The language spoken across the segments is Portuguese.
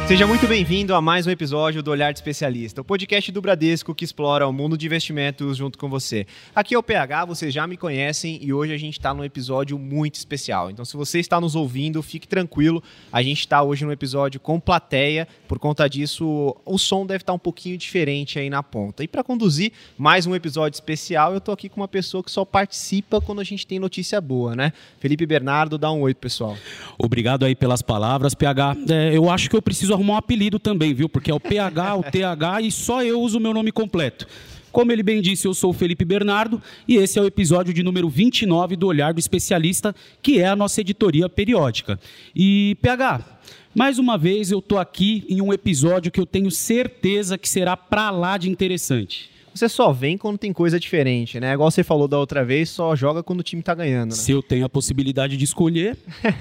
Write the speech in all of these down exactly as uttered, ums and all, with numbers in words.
Seja muito bem-vindo a mais um episódio do Olhar de Especialista, o podcast do Bradesco que explora o mundo de investimentos junto com você. Aqui é o P H, vocês já me conhecem e hoje a gente está num episódio muito especial. Então, se você está nos ouvindo, fique tranquilo, a gente está hoje num episódio com plateia, por conta disso o som deve estar um pouquinho diferente aí na ponta. E para conduzir mais um episódio especial, eu estou aqui com uma pessoa que só participa quando a gente tem notícia boa, né? Felipe Bernardo, dá um oi, pessoal. Obrigado aí pelas palavras, P H. É, eu acho que eu preciso arrumar um apelido também, viu? Porque é o P H, o T H e só eu uso o meu nome completo. Como ele bem disse, eu sou o Felipe Bernardo e esse é o episódio de número vinte e nove do Olhar do Especialista, que é a nossa editoria periódica. E, P H, mais uma vez eu estou aqui em um episódio que eu tenho certeza que será pra lá de interessante. Você só vem quando tem coisa diferente, né? Igual você falou da outra vez, só joga quando o time tá ganhando, né? Se eu tenho a possibilidade de escolher...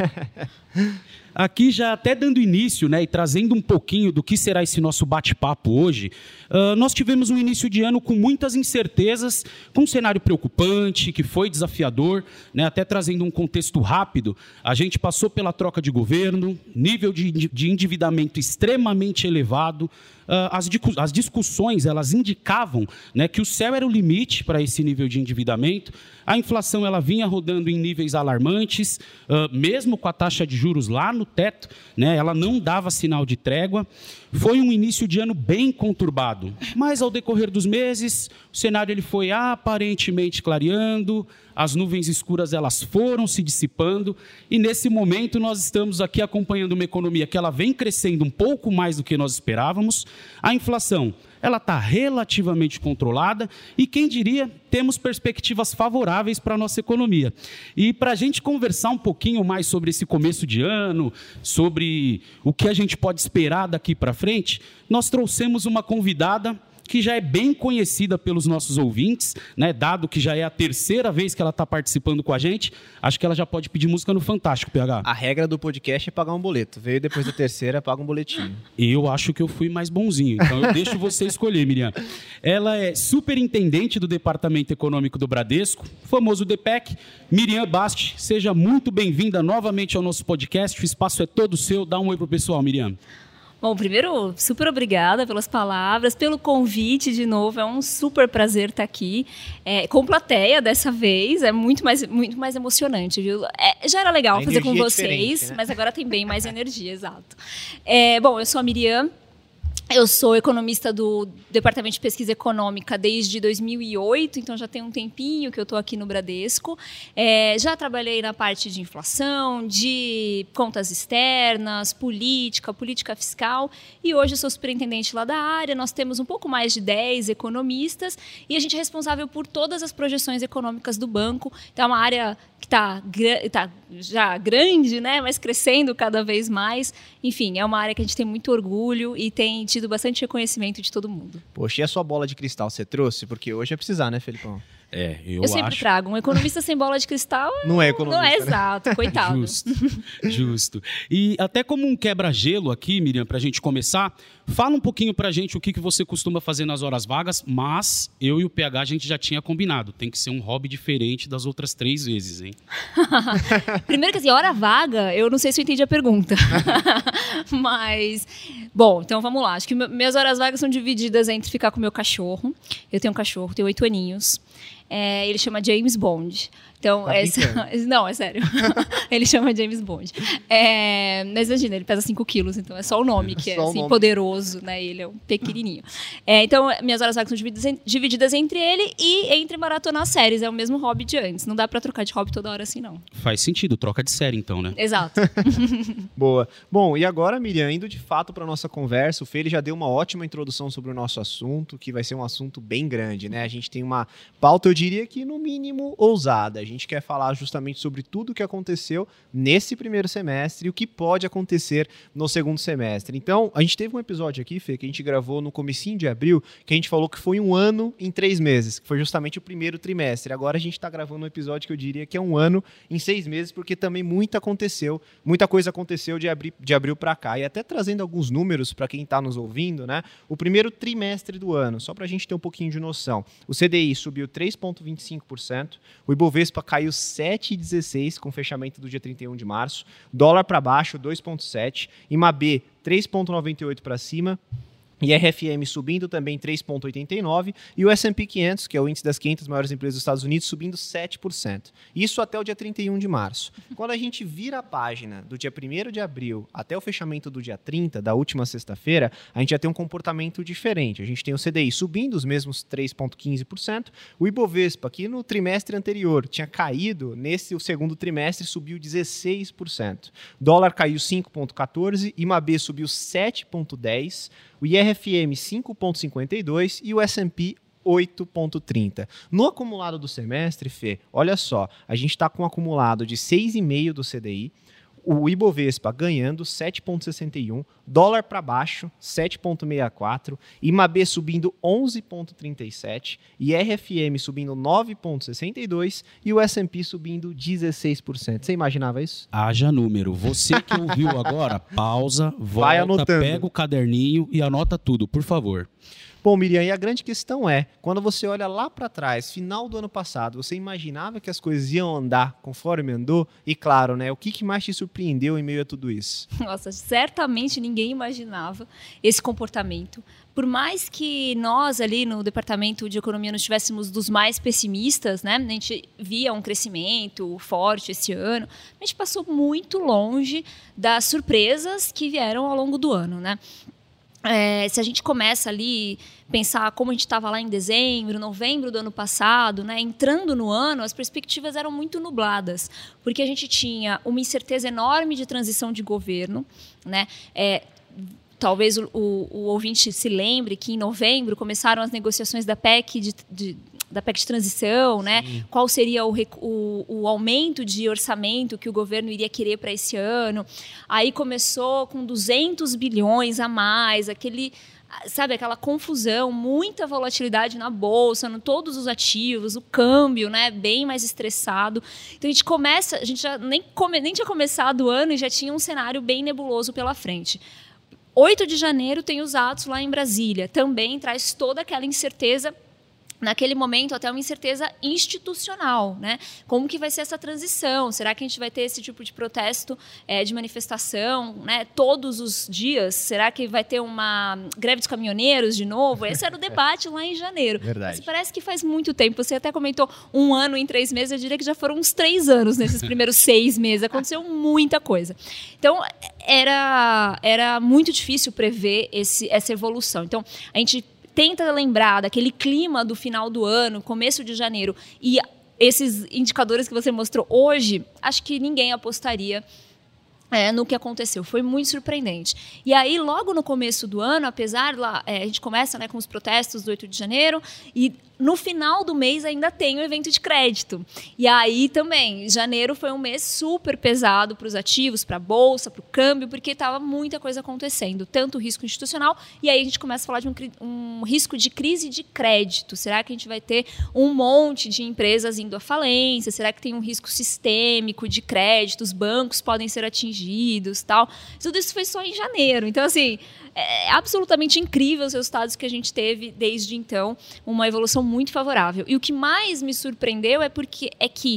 Aqui já até dando início, né, e trazendo um pouquinho do que será esse nosso bate-papo hoje, uh, nós tivemos um início de ano com muitas incertezas, com um cenário preocupante, que foi desafiador, né, até trazendo um contexto rápido, a gente passou pela troca de governo, nível de, de endividamento extremamente elevado, uh, as, as discussões elas indicavam, né, que o céu era o limite para esse nível de endividamento, a inflação ela vinha rodando em níveis alarmantes, uh, mesmo com a taxa de juros lá no teto, né, ela não dava sinal de trégua. Foi um início de ano bem conturbado, mas ao decorrer dos meses, o cenário ele foi aparentemente clareando, as nuvens escuras elas foram se dissipando e nesse momento nós estamos aqui acompanhando uma economia que ela vem crescendo um pouco mais do que nós esperávamos, a inflação ela está relativamente controlada e, quem diria, temos perspectivas favoráveis para a nossa economia. E para a gente conversar um pouquinho mais sobre esse começo de ano, sobre o que a gente pode esperar daqui para frente, nós trouxemos uma convidada que já é bem conhecida pelos nossos ouvintes, né? Dado que já é a terceira vez que ela está participando com a gente, acho que ela já pode pedir música no Fantástico, P H. A regra do podcast é pagar um boleto. Veio depois da terceira, paga um boletinho. Eu acho que eu fui mais bonzinho, então eu deixo você escolher, Miriam. Ela é superintendente do Departamento Econômico do Bradesco, famoso D P E C. Miriam Basti, seja muito bem-vinda novamente ao nosso podcast, o espaço é todo seu, dá um oi pro pessoal, Miriam. Bom, primeiro, super obrigada pelas palavras, pelo convite de novo, é um super prazer estar aqui, é, com plateia dessa vez, é muito mais, muito mais emocionante, viu? É, já era legal a fazer com é vocês, né? Mas agora tem bem mais energia, exato. É, bom, eu sou a Miriam, eu sou economista do Departamento de Pesquisa Econômica desde dois mil e oito, então já tem um tempinho que eu estou aqui no Bradesco. É, já trabalhei na parte de inflação, de contas externas, política, política fiscal, e hoje eu sou superintendente lá da área. Nós temos um pouco mais de dez economistas e a gente é responsável por todas as projeções econômicas do banco. Então é uma área que está tá já grande, né, mas crescendo cada vez mais. Enfim, é uma área que a gente tem muito orgulho e tem tido bastante reconhecimento de todo mundo. Poxa, e a sua bola de cristal você trouxe? Porque hoje é precisar, né, Felipão? É, eu, eu sempre acho... trago. Um economista sem bola de cristal não é economista. Não é né? exato, coitado. Justo, justo. E até como um quebra-gelo aqui, Miriam, para a gente começar, fala um pouquinho para a gente o que, que você costuma fazer nas horas vagas, mas eu e o P H a gente já tinha combinado. Tem que ser um hobby diferente das outras três vezes, hein? Primeiro que assim, hora vaga, eu não sei se eu entendi a pergunta. Mas, bom, então vamos lá. Acho que minhas horas vagas são divididas entre ficar com o meu cachorro. Eu tenho um cachorro, tenho oito aninhos. É, ele chama James Bond. Então, tá essa... Não, é sério. Ele chama James Bond. É... Mas imagina, ele pesa cinco quilos, então é só o nome que é assim, nome. Poderoso, né? Ele é um pequenininho. É, então, minhas horas vagas são divididas, divididas entre ele e entre maratonar séries. É o mesmo hobby de antes. Não dá pra trocar de hobby toda hora assim, não. Faz sentido, troca de série então, né? Exato. Boa. Bom, e agora, Miriam, indo de fato para nossa conversa, o Fê ele já deu uma ótima introdução sobre o nosso assunto, que vai ser um assunto bem grande, né? A gente tem uma pauta, eu diria que no mínimo ousada. A gente quer falar justamente sobre tudo o que aconteceu nesse primeiro semestre e o que pode acontecer no segundo semestre. Então, a gente teve um episódio aqui, Fê, que a gente gravou no comecinho de abril, que a gente falou que foi um ano em três meses, que foi justamente o primeiro trimestre. Agora a gente está gravando um episódio que eu diria que é um ano em seis meses, porque também muito aconteceu, muita coisa aconteceu de abril, de abril para cá. E até trazendo alguns números para quem está nos ouvindo, né? O primeiro trimestre do ano, só para a gente ter um pouquinho de noção. O C D I subiu três vírgula vinte e cinco por cento, o Ibovespa Ibovespa caiu sete vírgula dezesseis com o fechamento do dia trinta e um de março. Dólar para baixo, dois vírgula sete. I M A B, três vírgula noventa e oito para cima. I R F M subindo também três vírgula oitenta e nove e o S and P quinhentos, que é o índice das quinhentas maiores empresas dos Estados Unidos, subindo sete por cento. Isso até o dia trinta e um de março. Quando a gente vira a página do dia primeiro de abril até o fechamento do dia trinta, da última sexta-feira, a gente já tem um comportamento diferente. A gente tem o C D I subindo os mesmos três vírgula quinze por cento, o Ibovespa, que no trimestre anterior tinha caído, nesse o segundo trimestre subiu dezesseis por cento. Dólar caiu cinco vírgula quatorze por cento, I M A B subiu sete vírgula dez por cento, o I R F M cinco vírgula cinquenta e dois por cento e o S and P oito vírgula trinta por cento. No acumulado do semestre, Fê, olha só, a gente está com um acumulado de seis vírgula cinco por cento do C D I, o Ibovespa ganhando sete vírgula sessenta e um por cento, dólar para baixo sete vírgula sessenta e quatro por cento, I M A B subindo onze vírgula trinta e sete por cento, I R F M subindo nove vírgula sessenta e dois por cento e o S and P subindo dezesseis por cento. Você imaginava isso? Haja número. Você que ouviu agora, pausa, Vai volta, anotando. pega o caderninho e anota tudo, por favor. Bom, Miriam, e a grande questão é, quando você olha lá para trás, final do ano passado, você imaginava que as coisas iam andar conforme andou? E claro, né, o que que mais te surpreendeu em meio a tudo isso? Nossa, certamente ninguém imaginava esse comportamento. Por mais que nós ali no Departamento de Economia não estivéssemos dos mais pessimistas, né? A gente via um crescimento forte esse ano, a gente passou muito longe das surpresas que vieram ao longo do ano, né? É, se a gente começa ali pensar como a gente estava lá em dezembro, novembro do ano passado, né, entrando no ano, as perspectivas eram muito nubladas, porque a gente tinha uma incerteza enorme de transição de governo, né, é, talvez o, o, o ouvinte se lembre que em novembro começaram as negociações da P E C de, de da P E C de transição, né? Qual seria o, o, o aumento de orçamento que o governo iria querer para esse ano. Aí começou com duzentos bilhões a mais, aquele, sabe, aquela confusão, muita volatilidade na bolsa, em todos os ativos, o câmbio, né, bem mais estressado. Então a gente começa, a gente já nem, come, nem tinha começado o ano e já tinha um cenário bem nebuloso pela frente. oito de janeiro tem os atos lá em Brasília, também traz toda aquela incerteza. Naquele momento, até uma incerteza institucional, né? Como que vai ser essa transição? Será que a gente vai ter esse tipo de protesto, é, de manifestação, né, todos os dias? Será que vai ter uma greve dos caminhoneiros de novo? Esse era o debate lá em janeiro. Verdade. Mas parece que faz muito tempo. Você até comentou um ano em três meses. Eu diria que já foram uns três anos nesses primeiros seis meses. Aconteceu muita coisa. Então, era, era muito difícil prever esse, essa evolução. Então, a gente tenta lembrar daquele clima do final do ano, começo de janeiro, e esses indicadores que você mostrou hoje, acho que ninguém apostaria é, no que aconteceu. Foi muito surpreendente. E aí, logo no começo do ano, apesar lá, é, a gente começa, né, com os protestos do oito de janeiro, e no final do mês ainda tem o evento de crédito. E aí também, janeiro foi um mês super pesado para os ativos, para a bolsa, para o câmbio, porque estava muita coisa acontecendo, tanto risco institucional, e aí a gente começa a falar de um, um risco de crise de crédito. Será que a gente vai ter um monte de empresas indo à falência? Será que tem um risco sistêmico de crédito? Os bancos podem ser atingidos, tal. Tudo isso foi só em janeiro. Então, assim, é absolutamente incrível os resultados que a gente teve desde então, uma evolução muito favorável. E o que mais me surpreendeu é, porque, é que,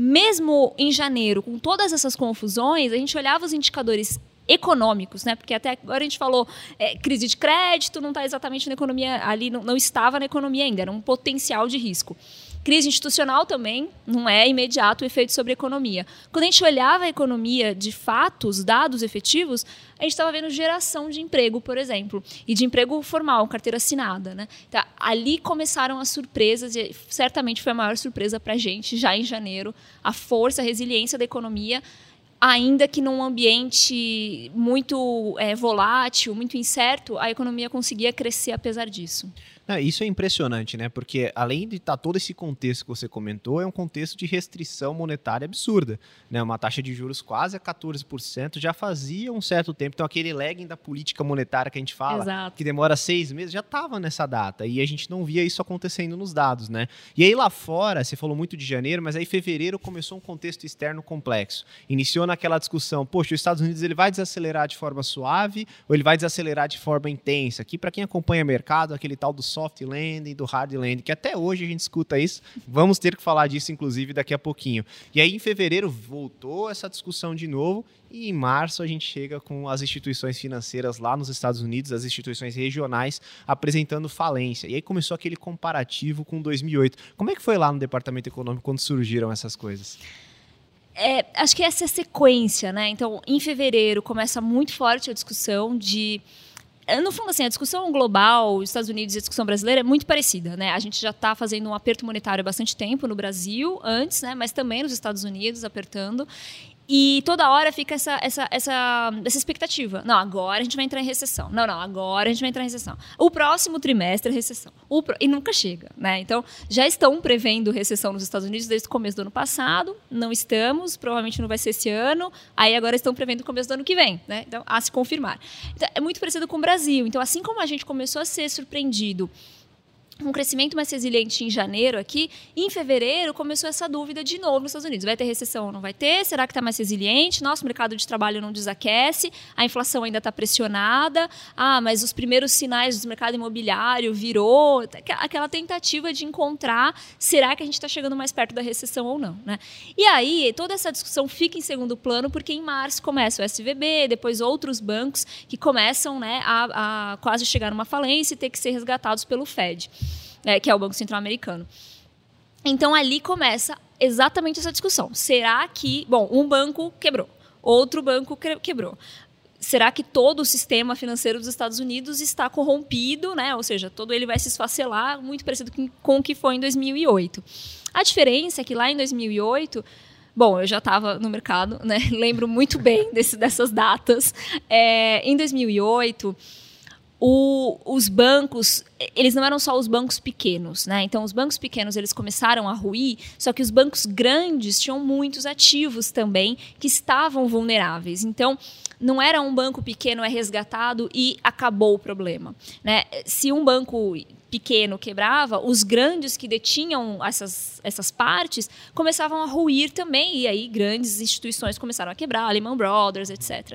mesmo em janeiro, com todas essas confusões, a gente olhava os indicadores econômicos, né? Porque até agora a gente falou é, crise de crédito, não está exatamente na economia, ali não, não estava na economia ainda, era um potencial de risco. Crise institucional também não é imediato o efeito sobre a economia. Quando a gente olhava a economia de fato, os dados efetivos, a gente estava vendo geração de emprego, por exemplo, e de emprego formal, carteira assinada, né? Então, ali começaram as surpresas, e certamente foi a maior surpresa para a gente, já em janeiro, a força, a resiliência da economia, ainda que num ambiente muito é, volátil, muito incerto, a economia conseguia crescer apesar disso. Ah, isso é impressionante, né? Porque além de estar todo esse contexto que você comentou, é um contexto de restrição monetária absurda, né? Uma taxa de juros quase a quatorze por cento já fazia um certo tempo. Então, aquele lagging da política monetária que a gente fala, Exato. que demora seis meses, já estava nessa data. E a gente não via isso acontecendo nos dados, né? E aí lá fora, você falou muito de janeiro, mas aí fevereiro começou um contexto externo complexo. Iniciou naquela discussão, poxa, os Estados Unidos ele vai desacelerar de forma suave ou ele vai desacelerar de forma intensa? Aqui, para quem acompanha o mercado, aquele tal do soft soft landing, do hard landing, que até hoje a gente escuta isso. Vamos ter que falar disso, inclusive, daqui a pouquinho. E aí, em fevereiro, voltou essa discussão de novo e em março a gente chega com as instituições financeiras lá nos Estados Unidos, as instituições regionais, apresentando falência. E aí começou aquele comparativo com dois mil e oito. Como é que foi lá no Departamento Econômico quando surgiram essas coisas? É, acho que essa é a sequência, né? Então, em fevereiro, começa muito forte a discussão de... No fundo, assim, a discussão global, os Estados Unidos e a discussão brasileira é muito parecida, né? A gente já está fazendo um aperto monetário há bastante tempo no Brasil, antes, né? Mas também nos Estados Unidos, apertando. E toda hora fica essa, essa, essa, essa expectativa. Não, agora a gente vai entrar em recessão. Não, não, agora a gente vai entrar em recessão. O próximo trimestre é recessão. O pro... E nunca chega, né? Então, já estão prevendo recessão nos Estados Unidos desde o começo do ano passado. Não estamos, provavelmente não vai ser esse ano. Aí agora estão prevendo o começo do ano que vem, né? Então, a se confirmar. Então, é muito parecido com o Brasil. Então, assim como a gente começou a ser surpreendido um crescimento mais resiliente em janeiro aqui, em fevereiro começou essa dúvida de novo nos Estados Unidos. Vai ter recessão ou não vai ter? Será que está mais resiliente? Nosso mercado de trabalho não desaquece, a inflação ainda está pressionada. Ah, mas os primeiros sinais do mercado imobiliário virou. Aquela tentativa de encontrar, será que a gente está chegando mais perto da recessão ou não, né? E aí, toda essa discussão fica em segundo plano, porque em março começa o S V B, depois outros bancos que começam, né, a, a quase chegar numa falência e ter que ser resgatados pelo Fed. É, que é o Banco Central-Americano. Então, ali começa exatamente essa discussão. Será que... Bom, um banco quebrou, outro banco quebrou. Será que todo o sistema financeiro dos Estados Unidos está corrompido, né? Ou seja, todo ele vai se esfacelar, muito parecido com o que foi em dois mil e oito. A diferença é que lá em dois mil e oito... Bom, eu já estava no mercado, né? Lembro muito bem desse, dessas datas. É, em dois mil e oito... O, os bancos, eles não eram só os bancos pequenos, né? Então, os bancos pequenos, eles começaram a ruir, só que os bancos grandes tinham muitos ativos também que estavam vulneráveis. Então, não era um banco pequeno é resgatado e acabou o problema, né? Se um banco pequeno quebrava, os grandes que detinham essas, essas partes começavam a ruir também, e aí grandes instituições começaram a quebrar, Lehman Brothers, etcétera.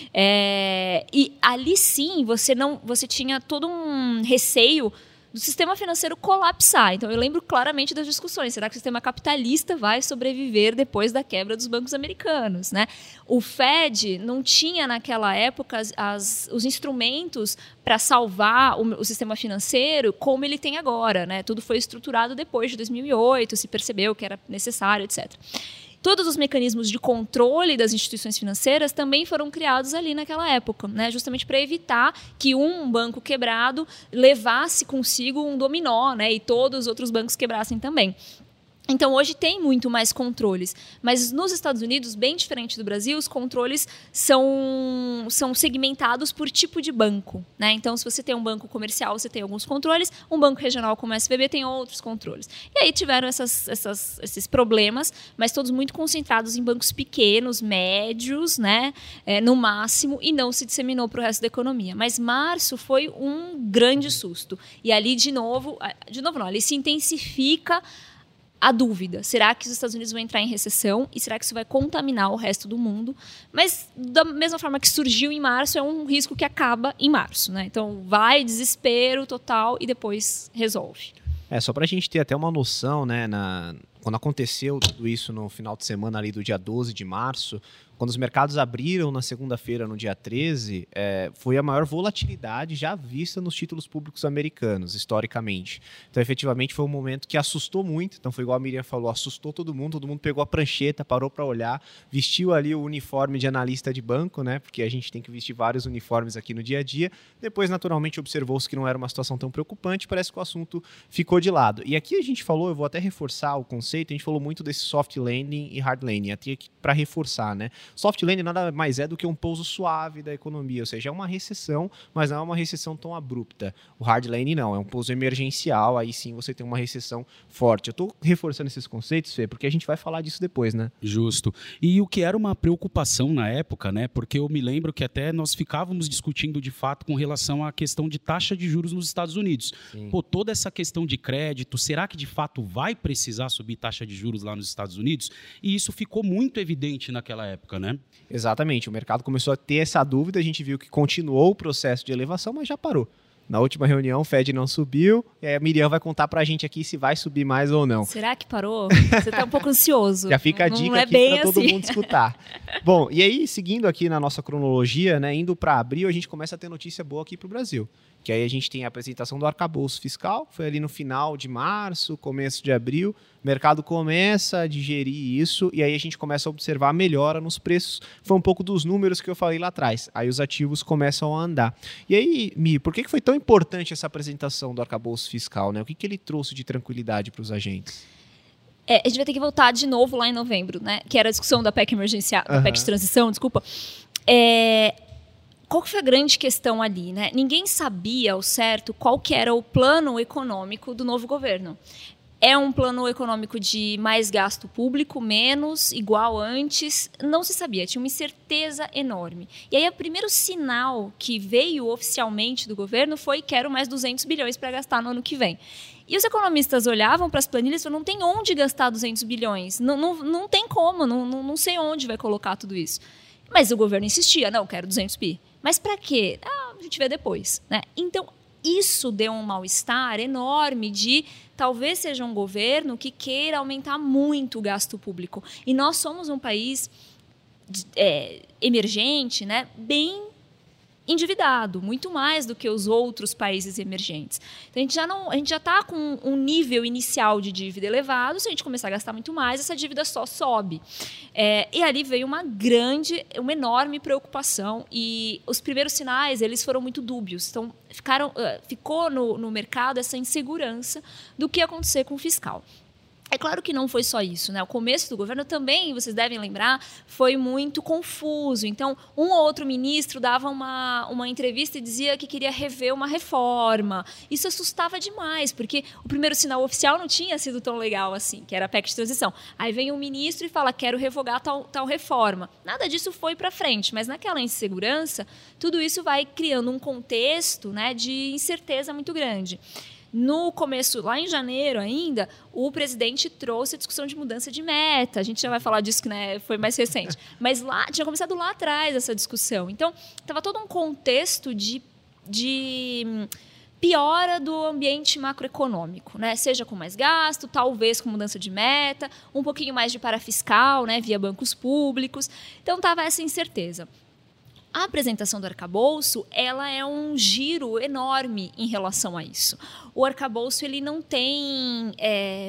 É, e ali sim, você, não, você tinha todo um receio do sistema financeiro colapsar. Então, eu lembro claramente das discussões. Será que o sistema capitalista vai sobreviver depois da quebra dos bancos americanos, né? O Fed não tinha, naquela época, as, as, os instrumentos para salvar o, o sistema financeiro como ele tem agora, né? Tudo foi estruturado depois de dois mil e oito, se percebeu que era necessário, etcétera. Todos os mecanismos de controle das instituições financeiras também foram criados ali naquela época, né? Justamente para evitar que um banco quebrado levasse consigo um dominó, né? E todos os outros bancos quebrassem também. Então, hoje tem muito mais controles, mas nos Estados Unidos, bem diferente do Brasil, os controles são, são segmentados por tipo de banco, né? Então, se você tem um banco comercial, você tem alguns controles, um banco regional como o S V B tem outros controles. E aí tiveram essas, essas, esses problemas, mas todos muito concentrados em bancos pequenos, médios, né? É, no máximo, e não se disseminou para o resto da economia. Mas março foi um grande susto. E ali, de novo, de novo não, ali se intensifica a dúvida. Será que os Estados Unidos vão entrar em recessão? E será que isso vai contaminar o resto do mundo? Mas, da mesma forma que surgiu em março, é um risco que acaba em março, né? Então, vai, desespero total e depois resolve. É, só para a gente ter até uma noção, né? Na... Quando aconteceu tudo isso no final de semana ali do dia doze de março, quando os mercados abriram na segunda-feira, no dia treze, é, foi a maior volatilidade já vista nos títulos públicos americanos, historicamente. Então, efetivamente, foi um momento que assustou muito. Então, foi igual a Miriam falou, assustou todo mundo, todo mundo pegou a prancheta, parou para olhar, vestiu ali o uniforme de analista de banco, né? Porque a gente tem que vestir vários uniformes aqui no dia a dia. Depois, naturalmente, observou-se que não era uma situação tão preocupante, parece que o assunto ficou de lado. E aqui a gente falou, eu vou até reforçar o conceito, a gente falou muito desse soft landing e hard landing, até para reforçar, né? Soft landing nada mais é do que um pouso suave da economia, ou seja, é uma recessão, mas não é uma recessão tão abrupta. O hard landing não, é um pouso emergencial, aí sim você tem uma recessão forte. Eu estou reforçando esses conceitos, Fê, porque a gente vai falar disso depois, né? Justo. E o que era uma preocupação na época, né? Porque eu me lembro que até nós ficávamos discutindo de fato com relação à questão de taxa de juros nos Estados Unidos. Sim. Pô, toda essa questão de crédito, será que de fato vai precisar subir taxa de juros lá nos Estados Unidos? E isso ficou muito evidente naquela época, né? Exatamente, o mercado começou a ter essa dúvida, a gente viu que continuou o processo de elevação, mas já parou. Na última reunião, o Fed não subiu, e aí a Miriam vai contar pra gente aqui se vai subir mais ou não. Será que parou? Você tá um pouco ansioso. Já fica a não, dica não é aqui bem para todo assim. mundo escutar. Bom, e aí, seguindo aqui na nossa cronologia, né, indo para abril, a gente começa a ter notícia boa aqui para o Brasil. Que aí a gente tem a apresentação do arcabouço fiscal, foi ali no final de março, começo de abril, o mercado começa a digerir isso e aí a gente começa a observar a melhora nos preços. Foi um pouco dos números que eu falei lá atrás. Aí os ativos começam a andar. E aí, Mi, por que foi tão importante essa apresentação do arcabouço fiscal, né? O que, que ele trouxe de tranquilidade para os agentes? É, a gente vai ter que voltar de novo lá em novembro, né? Que era a discussão da P E C emergencial, da Uhum. P E C de transição, desculpa. É, qual que foi a grande questão ali, né? Ninguém sabia ao certo qual que era o plano econômico do novo governo. É um plano econômico de mais gasto público, menos, igual antes? Não se sabia, tinha uma incerteza enorme. E aí, o primeiro sinal que veio oficialmente do governo foi: quero mais duzentos bilhões para gastar no ano que vem. E os economistas olhavam para as planilhas e falavam: não tem onde gastar duzentos bilhões, não, não, não tem como, não, não, não sei onde vai colocar tudo isso. Mas o governo insistia: não, quero duzentos bi. Mas para quê? Ah, a gente vê depois, né? Então, isso deu um mal-estar enorme de talvez seja um governo que queira aumentar muito o gasto público. E nós somos um país é, emergente, né, bem endividado, muito mais do que os outros países emergentes. Então, a gente já não, a gente já está com um nível inicial de dívida elevado. Se a gente começar a gastar muito mais, essa dívida só sobe. É, e ali veio uma grande, uma enorme preocupação, e os primeiros sinais eles foram muito dúbios. Então, ficaram, uh, ficou no, no mercado essa insegurança do que ia acontecer com o fiscal. É claro que não foi só isso, né? O começo do governo também, vocês devem lembrar, foi muito confuso. Então, um ou outro ministro dava uma, uma entrevista e dizia que queria rever uma reforma. Isso assustava demais, porque o primeiro sinal oficial não tinha sido tão legal assim, que era a P E C de transição. Aí vem um ministro e fala: quero revogar tal, tal reforma. Nada disso foi para frente, mas naquela insegurança, tudo isso vai criando um contexto, né, de incerteza muito grande. No começo, lá em janeiro ainda, o presidente trouxe a discussão de mudança de meta. A gente já vai falar disso, que, né, foi mais recente. Mas lá, tinha começado lá atrás essa discussão. Então, estava todo um contexto de, de piora do ambiente macroeconômico, né? Seja com mais gasto, talvez com mudança de meta, um pouquinho mais de parafiscal, né, via bancos públicos. Então, estava essa incerteza. A apresentação do arcabouço, ela é um giro enorme em relação a isso. O arcabouço, ele não tem é,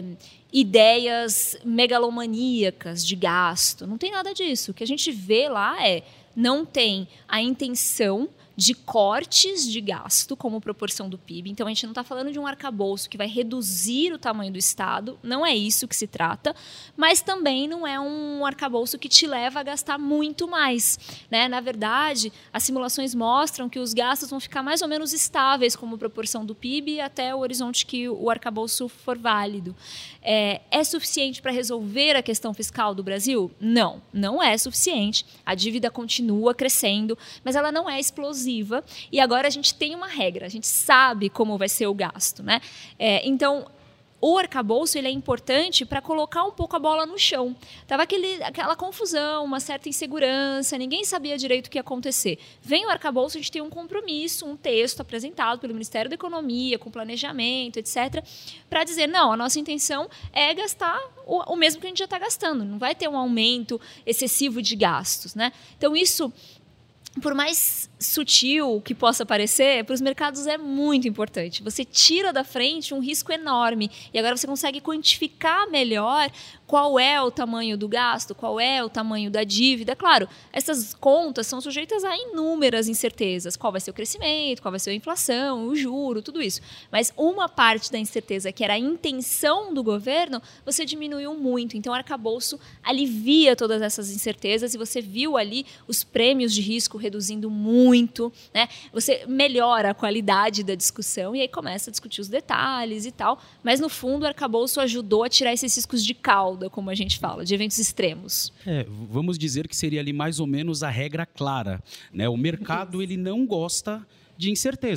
ideias megalomaníacas de gasto, não tem nada disso. O que a gente vê lá é, não tem a intenção de cortes de gasto como proporção do P I B. Então, a gente não está falando de um arcabouço que vai reduzir o tamanho do Estado, não é isso que se trata, mas também não é um arcabouço que te leva a gastar muito mais, né? Na verdade, as simulações mostram que os gastos vão ficar mais ou menos estáveis como proporção do P I B até o horizonte que o arcabouço for válido. É, é suficiente para resolver a questão fiscal do Brasil? Não, não é suficiente. A dívida continua crescendo, mas ela não é explosiva. E agora a gente tem uma regra, a gente sabe como vai ser o gasto, né? É, então, o arcabouço ele é importante para colocar um pouco a bola no chão. Tava aquele, aquela confusão, uma certa insegurança, ninguém sabia direito o que ia acontecer. Vem o arcabouço, a gente tem um compromisso, um texto apresentado pelo Ministério da Economia, com planejamento, etcétera, para dizer: não, a nossa intenção é gastar o, o mesmo que a gente já está gastando, não vai ter um aumento excessivo de gastos, né? Então, isso, por mais sutil que possa parecer, para os mercados é muito importante. Você tira da frente um risco enorme e agora você consegue quantificar melhor qual é o tamanho do gasto, qual é o tamanho da dívida. Claro, essas contas são sujeitas a inúmeras incertezas. Qual vai ser o crescimento, qual vai ser a inflação, o juro, tudo isso. Mas uma parte da incerteza, que era a intenção do governo, você diminuiu muito. Então, o arcabouço alivia todas essas incertezas e você viu ali os prêmios de risco reduzindo muito, né? Você melhora a qualidade da discussão e aí começa a discutir os detalhes e tal, mas no fundo o arcabouço ajudou a tirar esses riscos de cauda, como a gente fala, de eventos extremos. É, vamos dizer que seria ali mais ou menos a regra clara, né? O mercado ele não gosta de incerteza.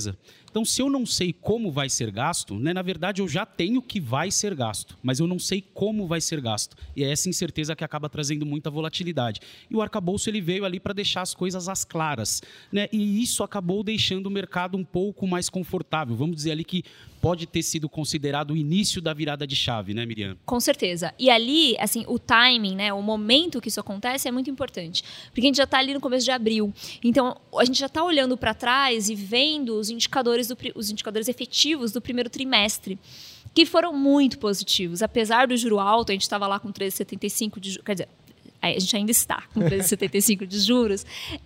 Então, se eu não sei como vai ser gasto, né, na verdade, eu já tenho que vai ser gasto, mas eu não sei como vai ser gasto. E é essa incerteza que acaba trazendo muita volatilidade. E o arcabouço ele veio ali para deixar as coisas às claras, né? E isso acabou deixando o mercado um pouco mais confortável. Vamos dizer ali que pode ter sido considerado o início da virada de chave, né, Miriam? Com certeza. E ali, assim, o timing, né, o momento que isso acontece é muito importante. Porque a gente já está ali no começo de abril. Então, a gente já está olhando para trás e vendo os indicadores, do, os indicadores efetivos do primeiro trimestre, que foram muito positivos. Apesar do juro alto, a gente estava lá com treze vírgula setenta e cinco de juros, quer dizer, a gente ainda está com treze vírgula setenta e cinco de juros.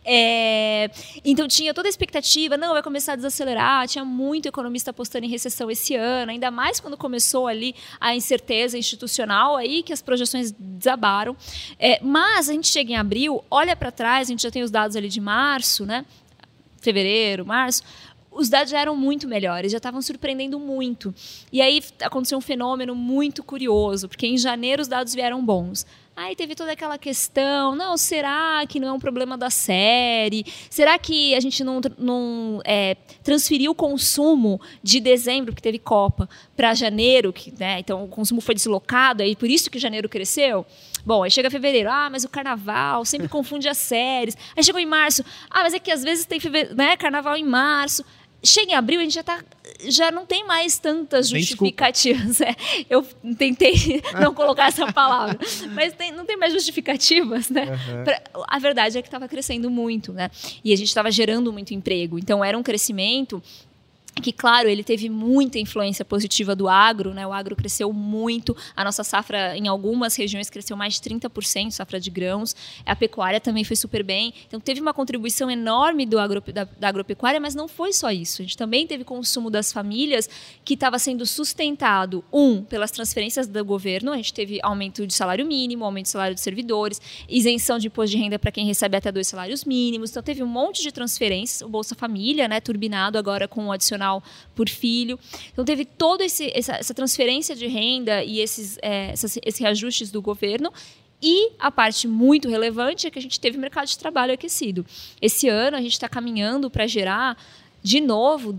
É, então, tinha toda a expectativa, não, vai começar a desacelerar, tinha muito economista apostando em recessão esse ano, ainda mais quando começou ali a incerteza institucional, aí que as projeções desabaram. É, mas a gente chega em abril, olha para trás, a gente já tem os dados ali de março, né? Fevereiro, março, os dados já eram muito melhores, já estavam surpreendendo muito. E aí aconteceu um fenômeno muito curioso, porque em janeiro os dados vieram bons. Aí teve toda aquela questão, não, será que não é um problema da série? Será que a gente não, não é, transferiu o consumo de dezembro, que teve Copa, para janeiro? Que, né, então o consumo foi deslocado, aí por isso que janeiro cresceu? Bom, aí chega fevereiro, ah, mas o carnaval sempre confunde as séries. Aí chegou em março, ah, mas é que às vezes tem fevereiro, né, carnaval em março. Chega em abril, a gente já, tá, já não tem mais tantas justificativas. É, eu tentei não colocar essa palavra. Mas tem, não tem mais justificativas, né? Uhum. Pra, a verdade é que estava crescendo muito, né? E a gente estava gerando muito emprego. Então, era um crescimento que, claro, ele teve muita influência positiva do agro, né? O agro cresceu muito, a nossa safra em algumas regiões cresceu mais de trinta por cento, safra de grãos, a pecuária também foi super bem, então teve uma contribuição enorme do agro, da, da agropecuária, mas não foi só isso, a gente também teve consumo das famílias que estava sendo sustentado, um, pelas transferências do governo, a gente teve aumento de salário mínimo, aumento de salário de servidores, isenção de imposto de renda para quem recebe até dois salários mínimos, então teve um monte de transferências, o Bolsa Família, né, turbinado agora com o adicional por filho. Então, teve toda essa, essa transferência de renda e esses, é, esses, esses reajustes do governo. E a parte muito relevante é que a gente teve mercado de trabalho aquecido. Esse ano, a gente está caminhando para gerar, de novo,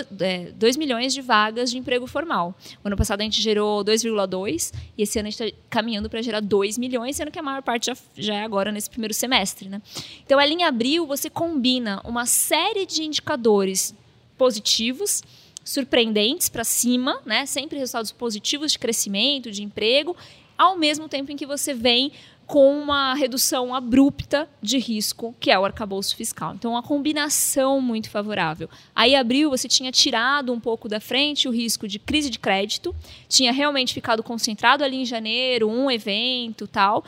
dois milhões de vagas de emprego formal. O ano passado, a gente gerou dois vírgula dois e esse ano a gente está caminhando para gerar dois milhões, sendo que a maior parte já, já é agora nesse primeiro semestre, né? Então, ali em abril, você combina uma série de indicadores positivos, surpreendentes para cima, né? Sempre resultados positivos de crescimento, de emprego, ao mesmo tempo em que você vem com uma redução abrupta de risco, que é o arcabouço fiscal. Então, uma combinação muito favorável. Aí, em abril, você tinha tirado um pouco da frente o risco de crise de crédito, tinha realmente ficado concentrado ali em janeiro, um evento e tal.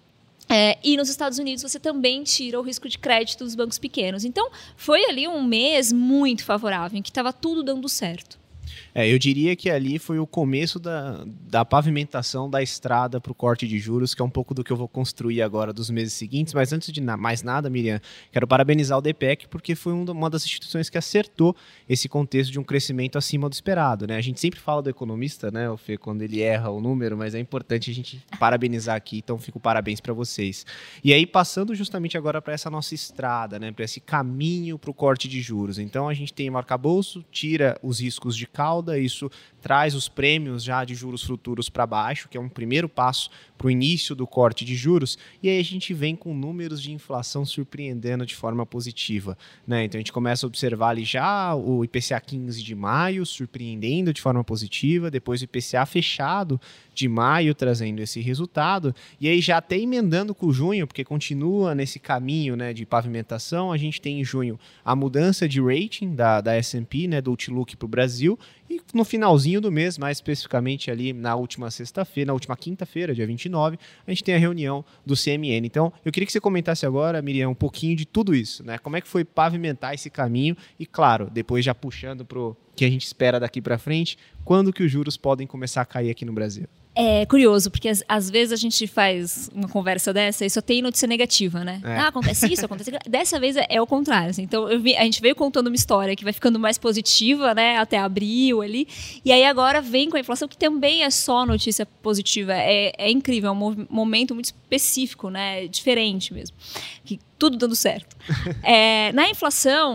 É, e nos Estados Unidos você também tira o risco de crédito dos bancos pequenos. Então, foi ali um mês muito favorável, em que estava tudo dando certo. É, eu diria que ali foi o começo da, da pavimentação da estrada para o corte de juros, que é um pouco do que eu vou construir agora dos meses seguintes. Mas antes de na, mais nada, Miriam, quero parabenizar o D P E C, porque foi um, uma das instituições que acertou esse contexto de um crescimento acima do esperado, né? A gente sempre fala do economista, né, o Fê, quando ele erra o número, mas é importante a gente parabenizar aqui, então fico parabéns para vocês. E aí, passando justamente agora para essa nossa estrada, né, para esse caminho para o corte de juros. Então, a gente tem o arcabouço, tira os riscos de cauda, isso traz os prêmios já de juros futuros para baixo, que é um primeiro passo para o início do corte de juros, e aí a gente vem com números de inflação surpreendendo de forma positiva, né? Então a gente começa a observar ali já o I P C A quinze de maio surpreendendo de forma positiva, depois o I P C A fechado de maio trazendo esse resultado, e aí já até emendando com o junho, porque continua nesse caminho, né, de pavimentação. A gente tem em junho a mudança de rating da, da S and P, né, do Outlook para o Brasil, e no finalzinho do mês, mais especificamente ali na última sexta-feira, na última quinta-feira, dia vinte e nove, a gente tem a reunião do C M N. Então, eu queria que você comentasse agora, Miriam, um pouquinho de tudo isso, né? Como é que foi pavimentar esse caminho e, claro, depois já puxando para o que a gente espera daqui para frente, quando que os juros podem começar a cair aqui no Brasil? É curioso, porque às, às vezes a gente faz uma conversa dessa e só tem notícia negativa, né? É. Ah, acontece isso, acontece aquilo. Dessa vez é, é o contrário. Assim. Então, eu vi, a gente veio contando uma história que vai ficando mais positiva, né? Até abril ali. E aí agora vem com a inflação, que também é só notícia positiva. É, é incrível, é um momento muito específico, né? Diferente mesmo. Que tudo dando certo. É, na inflação,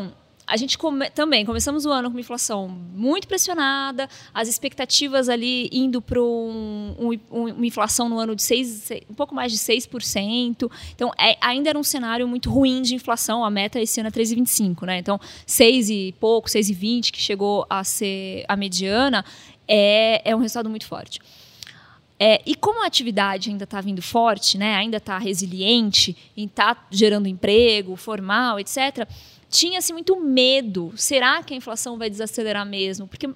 a gente come, também começamos o ano com uma inflação muito pressionada, as expectativas ali indo para um, um, uma inflação no ano de seis, um pouco mais de seis por cento. Então, é, ainda era um cenário muito ruim de inflação. A meta esse ano é três vírgula vinte e cinco, né? Então, seis e pouco, seis vírgula vinte, que chegou a ser a mediana, é, é um resultado muito forte. É, e como a atividade ainda está vindo forte, né, ainda está resiliente, está gerando emprego formal, etcétera, tinha-se muito medo. Será que a inflação vai desacelerar mesmo? Porque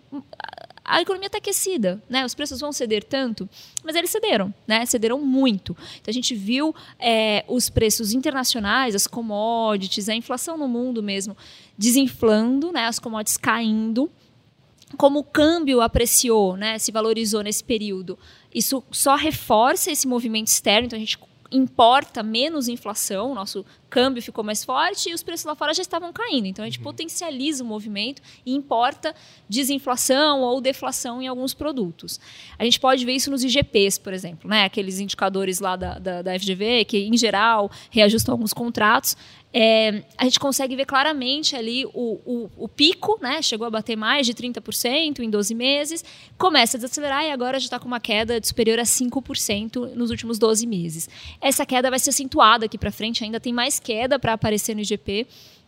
a economia está aquecida, né? Os preços vão ceder tanto, mas eles cederam, né? Cederam muito. Então a gente viu é, os preços internacionais, as commodities, a inflação no mundo mesmo desinflando, né? As commodities caindo. Como o câmbio apreciou, né? Se valorizou nesse período, isso só reforça esse movimento externo. Então a gente importa menos inflação, o nosso câmbio ficou mais forte e os preços lá fora já estavam caindo. Então, a gente uhum. potencializa o movimento e importa desinflação ou deflação em alguns produtos. A gente pode ver isso nos I G Ps, por exemplo, né? Aqueles indicadores lá da, da, da F G V, que, em geral, reajustam alguns contratos. É, a gente consegue ver claramente ali o, o, o pico, né? Chegou a bater mais de trinta por cento em doze meses, começa a desacelerar e agora já está com uma queda de superior a cinco por cento nos últimos doze meses. Essa queda vai ser acentuada aqui para frente, ainda tem mais queda para aparecer no I G P.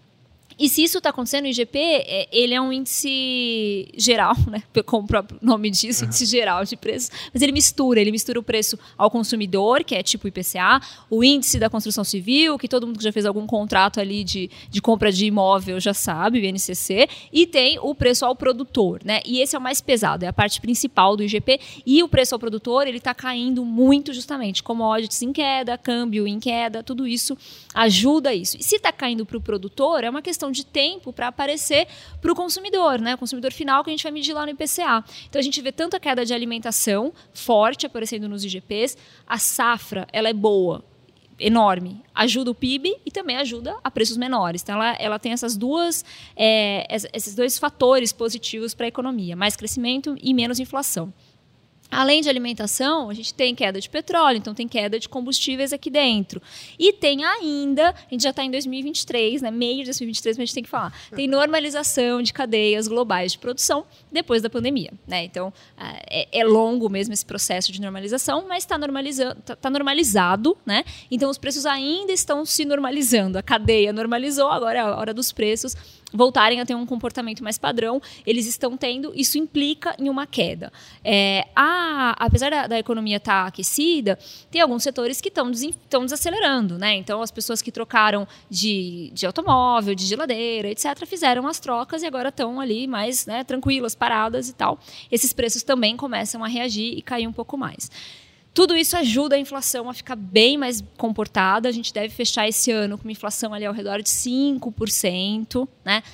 E se isso está acontecendo, o I G P, ele é um índice geral, né? Como o próprio nome diz, uhum. índice geral de preços, mas ele mistura, ele mistura o preço ao consumidor, que é tipo o I P C A, o índice da construção civil, que todo mundo que já fez algum contrato ali de, de compra de imóvel já sabe, o I N C C, e tem o preço ao produtor, né? E esse é o mais pesado, é a parte principal do I G P, e o preço ao produtor, ele está caindo muito justamente, commodities em queda, câmbio em queda, tudo isso ajuda isso. E se está caindo para o produtor, é uma questão de tempo para aparecer para o consumidor, né? O consumidor final que a gente vai medir lá no I P C A. Então a gente vê tanta queda de alimentação forte aparecendo nos I G Ps, a safra ela é boa, enorme, ajuda o P I B e também ajuda a preços menores. Então ela, ela tem essas duas, é, esses dois fatores positivos para a economia, mais crescimento e menos inflação. Além de alimentação, a gente tem queda de petróleo, então tem queda de combustíveis aqui dentro. E tem ainda, a gente já está em dois mil e vinte e três, né, meio de dois mil e vinte e três, mas a gente tem que falar, tem normalização de cadeias globais de produção depois da pandemia, né? Então, é, é longo mesmo esse processo de normalização, mas está normalizando, tá, tá normalizado, né? Então, os preços ainda estão se normalizando. A cadeia normalizou, agora é a hora dos preços voltarem a ter um comportamento mais padrão, eles estão tendo, isso implica em uma queda. É, a, apesar da, da economia estar aquecida, tem alguns setores que estão desacelerando, né? Então, as pessoas que trocaram de, de automóvel, de geladeira, etcétera, fizeram as trocas e agora estão ali mais, né, tranquilas, paradas e tal. Esses preços também começam a reagir e cair um pouco mais. Tudo isso ajuda a inflação a ficar bem mais comportada. A gente deve fechar esse ano com uma inflação ali ao redor de cinco por cento, né?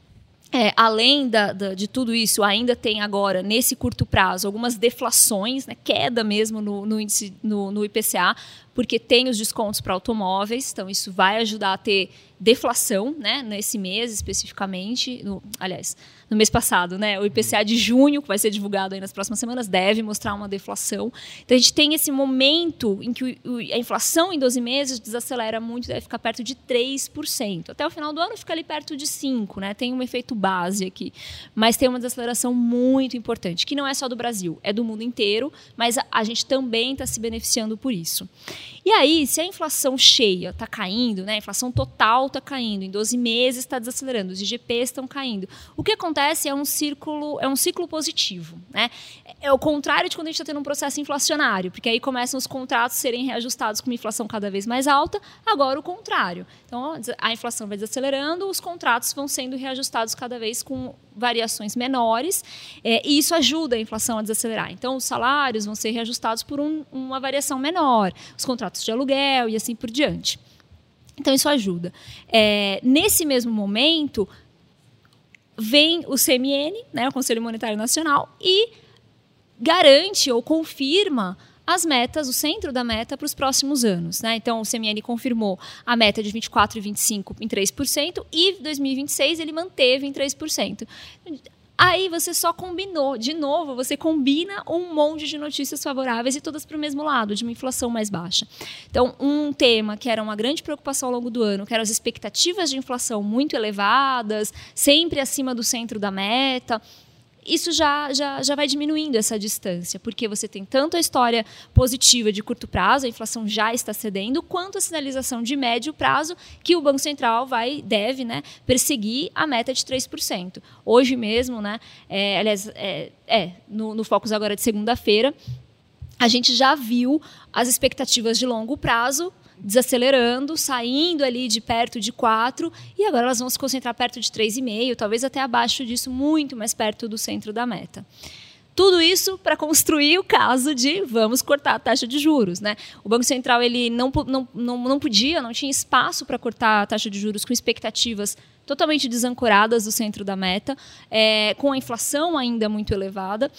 É, além da, da, de tudo isso, ainda tem agora, nesse curto prazo, algumas deflações, né? Queda mesmo no, no, índice, no, no I P C A, porque tem os descontos para automóveis, então isso vai ajudar a ter deflação, né, nesse mês especificamente, no, aliás, no mês passado, né, o I P C A de junho, que vai ser divulgado aí nas próximas semanas, deve mostrar uma deflação. Então a gente tem esse momento em que o, o, a inflação em doze meses desacelera muito, deve ficar perto de três por cento. Até o final do ano fica ali perto de cinco por cento, né, tem um efeito base aqui, mas tem uma desaceleração muito importante, que não é só do Brasil, é do mundo inteiro, mas a, a gente também está se beneficiando por isso. E aí, se a inflação cheia está caindo, né, a inflação total está caindo, em doze meses está desacelerando, os I G Ps estão caindo, o que acontece é um círculo, é um ciclo positivo, né? É o contrário de quando a gente está tendo um processo inflacionário, porque aí começam os contratos a serem reajustados com uma inflação cada vez mais alta, agora o contrário. Então, a inflação vai desacelerando, os contratos vão sendo reajustados cada vez com variações menores, é, e isso ajuda a inflação a desacelerar. Então, os salários vão ser reajustados por um, uma variação menor, os contratos de aluguel e assim por diante. Então, isso ajuda. É, nesse mesmo momento, vem o C M N, né, o Conselho Monetário Nacional, e garante ou confirma as metas, o centro da meta para os próximos anos, né? Então, o C M N confirmou a meta de vinte e quatro e vinte e cinco em três por cento e em dois mil e vinte e seis ele manteve em três por cento. Aí você só combinou, de novo, você combina um monte de notícias favoráveis e todas para o mesmo lado, de uma inflação mais baixa. Então, um tema que era uma grande preocupação ao longo do ano, que eram as expectativas de inflação muito elevadas, sempre acima do centro da meta, isso já, já, já vai diminuindo essa distância, porque você tem tanto a história positiva de curto prazo, a inflação já está cedendo, quanto a sinalização de médio prazo, que o Banco Central vai, deve, né, perseguir a meta de três por cento. Hoje mesmo, né, é, aliás, é, é, no, no Focus agora de segunda-feira, a gente já viu as expectativas de longo prazo desacelerando, saindo ali de perto de quatro, e agora elas vão se concentrar perto de três vírgula cinco, talvez até abaixo disso, muito mais perto do centro da meta. Tudo isso para construir o caso de vamos cortar a taxa de juros, né? O Banco Central ele não, não, não, não podia, não tinha espaço para cortar a taxa de juros com expectativas totalmente desancoradas do centro da meta, é, com a inflação ainda muito elevada,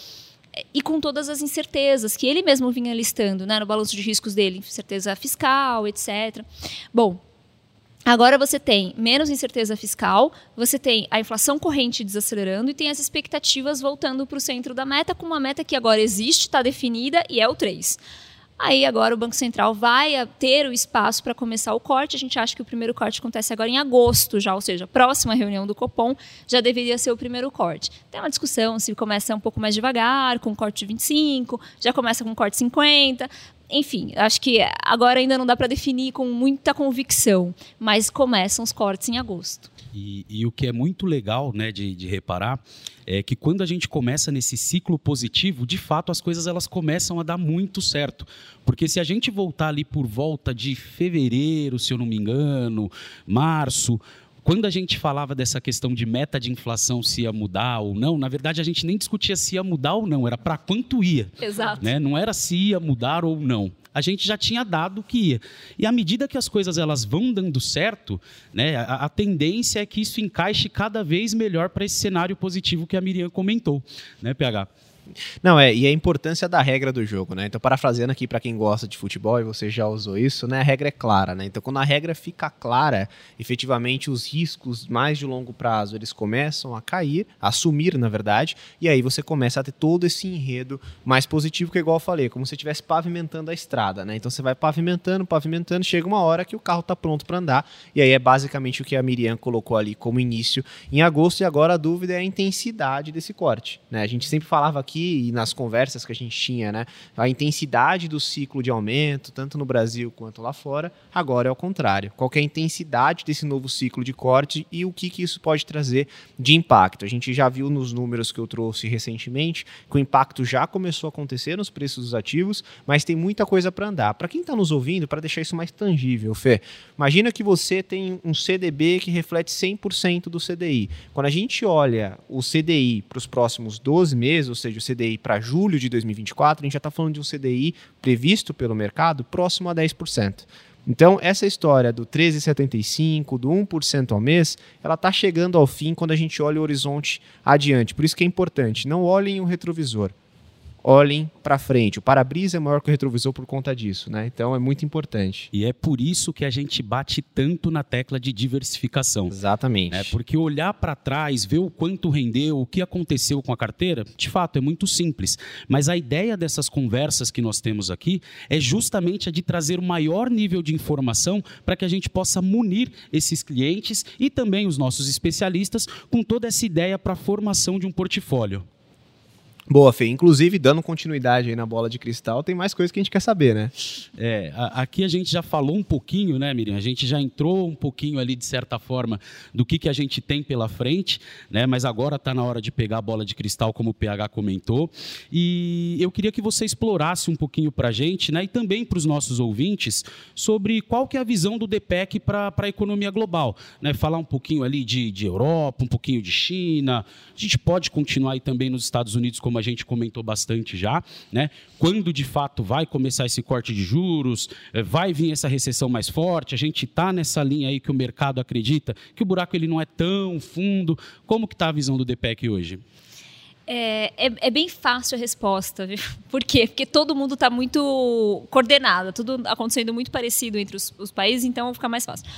e com todas as incertezas que ele mesmo vinha listando, né, no balanço de riscos dele, incerteza fiscal, etcétera. Bom, agora você tem menos incerteza fiscal, você tem a inflação corrente desacelerando e tem as expectativas voltando para o centro da meta, com uma meta que agora existe, está definida e é o três. Aí agora o Banco Central vai ter o espaço para começar o corte. A gente acha que o primeiro corte acontece agora em agosto já, ou seja, a próxima reunião do Copom já deveria ser o primeiro corte. Tem uma discussão se começa um pouco mais devagar, com corte de vinte e cinco, já começa com corte de cinquenta. Enfim, acho que agora ainda não dá para definir com muita convicção, mas começam os cortes em agosto. E, e o que é muito legal, né, de, de reparar é que quando a gente começa nesse ciclo positivo, de fato as coisas elas começam a dar muito certo. Porque se a gente voltar ali por volta de fevereiro, se eu não me engano, março, quando a gente falava dessa questão de meta de inflação, se ia mudar ou não, na verdade a gente nem discutia se ia mudar ou não, era para quanto ia. Exato. Né? Não era se ia mudar ou não. A gente já tinha dado que ia. E à medida que as coisas elas vão dando certo, né, a, a tendência é que isso encaixe cada vez melhor para esse cenário positivo que a Miriam comentou, né, P H? Não, é, e a importância da regra do jogo, né? Então, parafraseando aqui para quem gosta de futebol, e você já usou isso, né? A regra é clara, né? Então, quando a regra fica clara, efetivamente os riscos mais de longo prazo, eles começam a cair, a sumir, na verdade, e aí você começa a ter todo esse enredo mais positivo, que é igual eu falei, como se você estivesse pavimentando a estrada, né? Então, você vai pavimentando, pavimentando, chega uma hora que o carro está pronto para andar, e aí é basicamente o que a Miriam colocou ali como início em agosto, e agora a dúvida é a intensidade desse corte, né? A gente sempre falava aqui, e nas conversas que a gente tinha, né, a intensidade do ciclo de aumento, tanto no Brasil quanto lá fora, agora é o contrário. Qual que é a intensidade desse novo ciclo de corte e o que, que isso pode trazer de impacto? A gente já viu nos números que eu trouxe recentemente que o impacto já começou a acontecer nos preços dos ativos, mas tem muita coisa para andar. Para quem está nos ouvindo, para deixar isso mais tangível, Fê, imagina que você tem um C D B que reflete cem por cento do C D I. Quando a gente olha o C D I para os próximos doze meses, ou seja, o C D I para julho de dois mil e vinte e quatro, a gente já está falando de um C D I previsto pelo mercado próximo a dez por cento. Então, essa história do treze vírgula setenta e cinco, do um por cento ao mês, ela está chegando ao fim quando a gente olha o horizonte adiante. Por isso que é importante, não olhem o retrovisor. Olhem para frente. O para-brisa é maior que o retrovisor por conta disso, né? Então é muito importante. E é por isso que a gente bate tanto na tecla de diversificação. Exatamente. Né? Porque olhar para trás, ver o quanto rendeu, o que aconteceu com a carteira, de fato é muito simples. Mas a ideia dessas conversas que nós temos aqui é justamente a de trazer o maior nível de informação para que a gente possa munir esses clientes e também os nossos especialistas com toda essa ideia para a formação de um portfólio. Boa, Fê. Inclusive, dando continuidade aí na bola de cristal, tem mais coisas que a gente quer saber, né? É, a, aqui a gente já falou um pouquinho, né, Miriam? A gente já entrou um pouquinho ali, de certa forma, do que, que a gente tem pela frente, né? Mas agora está na hora de pegar a bola de cristal, como o P H comentou. E eu queria que você explorasse um pouquinho para a gente, né, e também para os nossos ouvintes, sobre qual que é a visão do D P E C para a economia global. Né? Falar um pouquinho ali de, de Europa, um pouquinho de China. A gente pode continuar aí também nos Estados Unidos, como a gente comentou bastante já, né? Quando de fato vai começar esse corte de juros, vai vir essa recessão mais forte, a gente está nessa linha aí que o mercado acredita que o buraco ele não é tão fundo. Como que está a visão do D P E C hoje? É, é, é bem fácil a resposta, viu? Por quê? Porque todo mundo está muito coordenado, tudo acontecendo muito parecido entre os, os países, então fica mais fácil.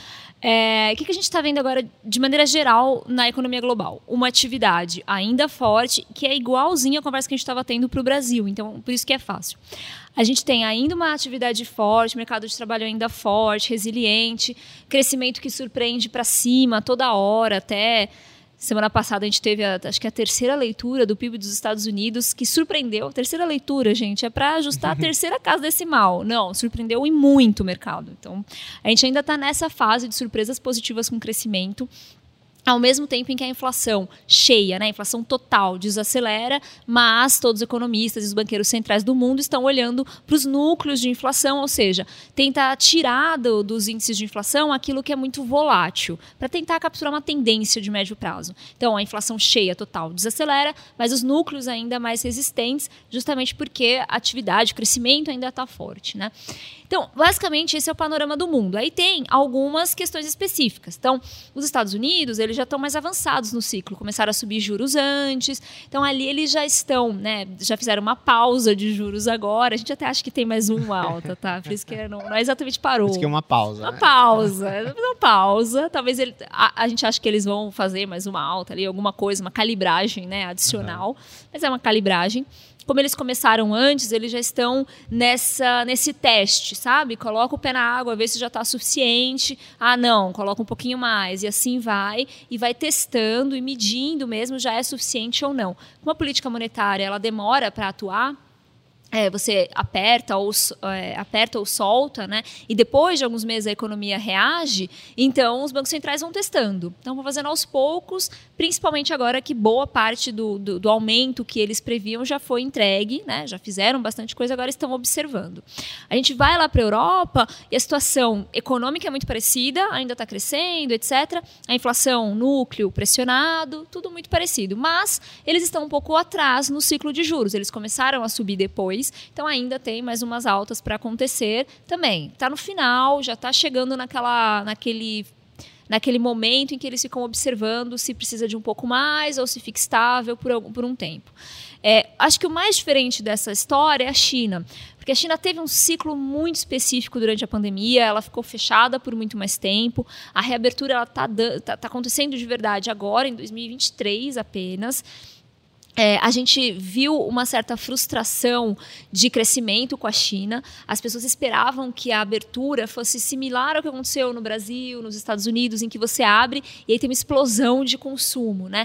É, o que, que a gente está vendo agora, de maneira geral, na economia global? Uma atividade ainda forte, que é igualzinha à conversa que a gente estava tendo para o Brasil. Então, por isso que é fácil. A gente tem ainda uma atividade forte, mercado de trabalho ainda forte, resiliente, crescimento que surpreende para cima toda hora, até... Semana passada a gente teve, a, acho que a terceira leitura do P I B dos Estados Unidos, que surpreendeu. A terceira leitura, gente, é para ajustar a terceira casa decimal. Não, surpreendeu em muito o mercado. Então, a gente ainda está nessa fase de surpresas positivas com crescimento, ao mesmo tempo em que a inflação cheia, né, a inflação total desacelera, mas todos os economistas e os banqueiros centrais do mundo estão olhando para os núcleos de inflação, ou seja, tentar tirar do, dos índices de inflação aquilo que é muito volátil, para tentar capturar uma tendência de médio prazo. Então, a inflação cheia total desacelera, mas os núcleos ainda mais resistentes, justamente porque a atividade, o crescimento ainda está forte, né? Então, basicamente, esse é o panorama do mundo. Aí tem algumas questões específicas. Então, os Estados Unidos, eles já estão mais avançados no ciclo, começaram a subir juros antes. Então, ali eles já estão, né, já fizeram uma pausa de juros agora. A gente até acha que tem mais uma alta, tá? Por isso que não, não é exatamente parou. Por isso que é uma pausa. Uma né? pausa, uma pausa. Talvez ele, a, a gente acha que eles vão fazer mais uma alta ali, alguma coisa, uma calibragem, né, adicional. Uhum. Mas é uma calibragem. Como eles começaram antes, eles já estão nessa, nesse teste, sabe? Coloca o pé na água, vê se já está suficiente. Ah, não, coloca um pouquinho mais. E assim vai, e vai testando e medindo mesmo já é suficiente ou não. Como a política monetária ela demora para atuar, É, você aperta ou, é, aperta ou solta, né? E depois de alguns meses a economia reage, então os bancos centrais vão testando. Então vão fazendo aos poucos, principalmente agora que boa parte do, do, do aumento que eles previam já foi entregue, né? Já fizeram bastante coisa, agora estão observando. A gente vai lá para a Europa e a situação econômica é muito parecida, ainda está crescendo, etcétera. A inflação, núcleo pressionado, tudo muito parecido. Mas eles estão um pouco atrás no ciclo de juros. Eles começaram a subir depois. Então ainda tem mais umas altas para acontecer também. Está no final, já está chegando naquela, naquele, naquele momento em que eles ficam observando se precisa de um pouco mais ou se fica estável por, por um tempo. É, acho que o mais diferente dessa história é a China, porque a China teve um ciclo muito específico durante a pandemia, ela ficou fechada por muito mais tempo, a reabertura está tá, tá acontecendo de verdade agora, em dois mil e vinte e três apenas. É, a gente viu uma certa frustração de crescimento com a China. As pessoas esperavam que a abertura fosse similar ao que aconteceu no Brasil, nos Estados Unidos, em que você abre e aí tem uma explosão de consumo, né?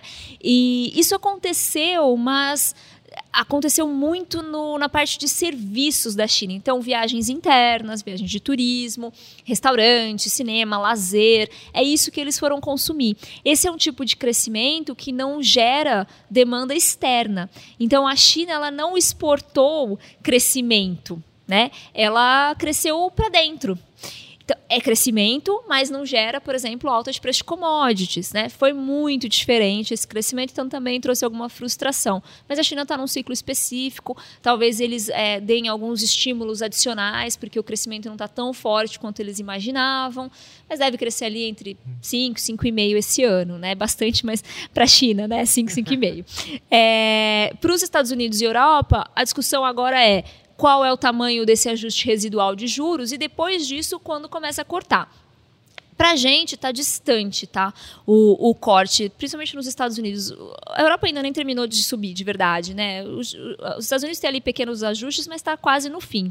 E isso aconteceu, mas aconteceu muito no, na parte de serviços da China. Então, viagens internas, viagens de turismo, restaurante, cinema, lazer. É isso que eles foram consumir. Esse é um tipo de crescimento que não gera demanda externa. Então, a China ela não exportou crescimento, né? Ela cresceu para dentro. Então, é crescimento, mas não gera, por exemplo, alta de preço de commodities, né? Foi muito diferente esse crescimento, então também trouxe alguma frustração. Mas a China está num ciclo específico, talvez eles é, deem alguns estímulos adicionais, porque o crescimento não está tão forte quanto eles imaginavam, mas deve crescer ali entre cinco, cinco vírgula cinco esse ano, né? Bastante, mas para a China, né? cinco, cinco vírgula cinco. É, para os Estados Unidos e Europa, a discussão agora é qual é o tamanho desse ajuste residual de juros e depois disso, quando começa a cortar. Para a gente, está distante, tá? O, o corte, principalmente nos Estados Unidos. A Europa ainda nem terminou de subir, de verdade, né? Os, os Estados Unidos têm ali pequenos ajustes, mas está quase no fim.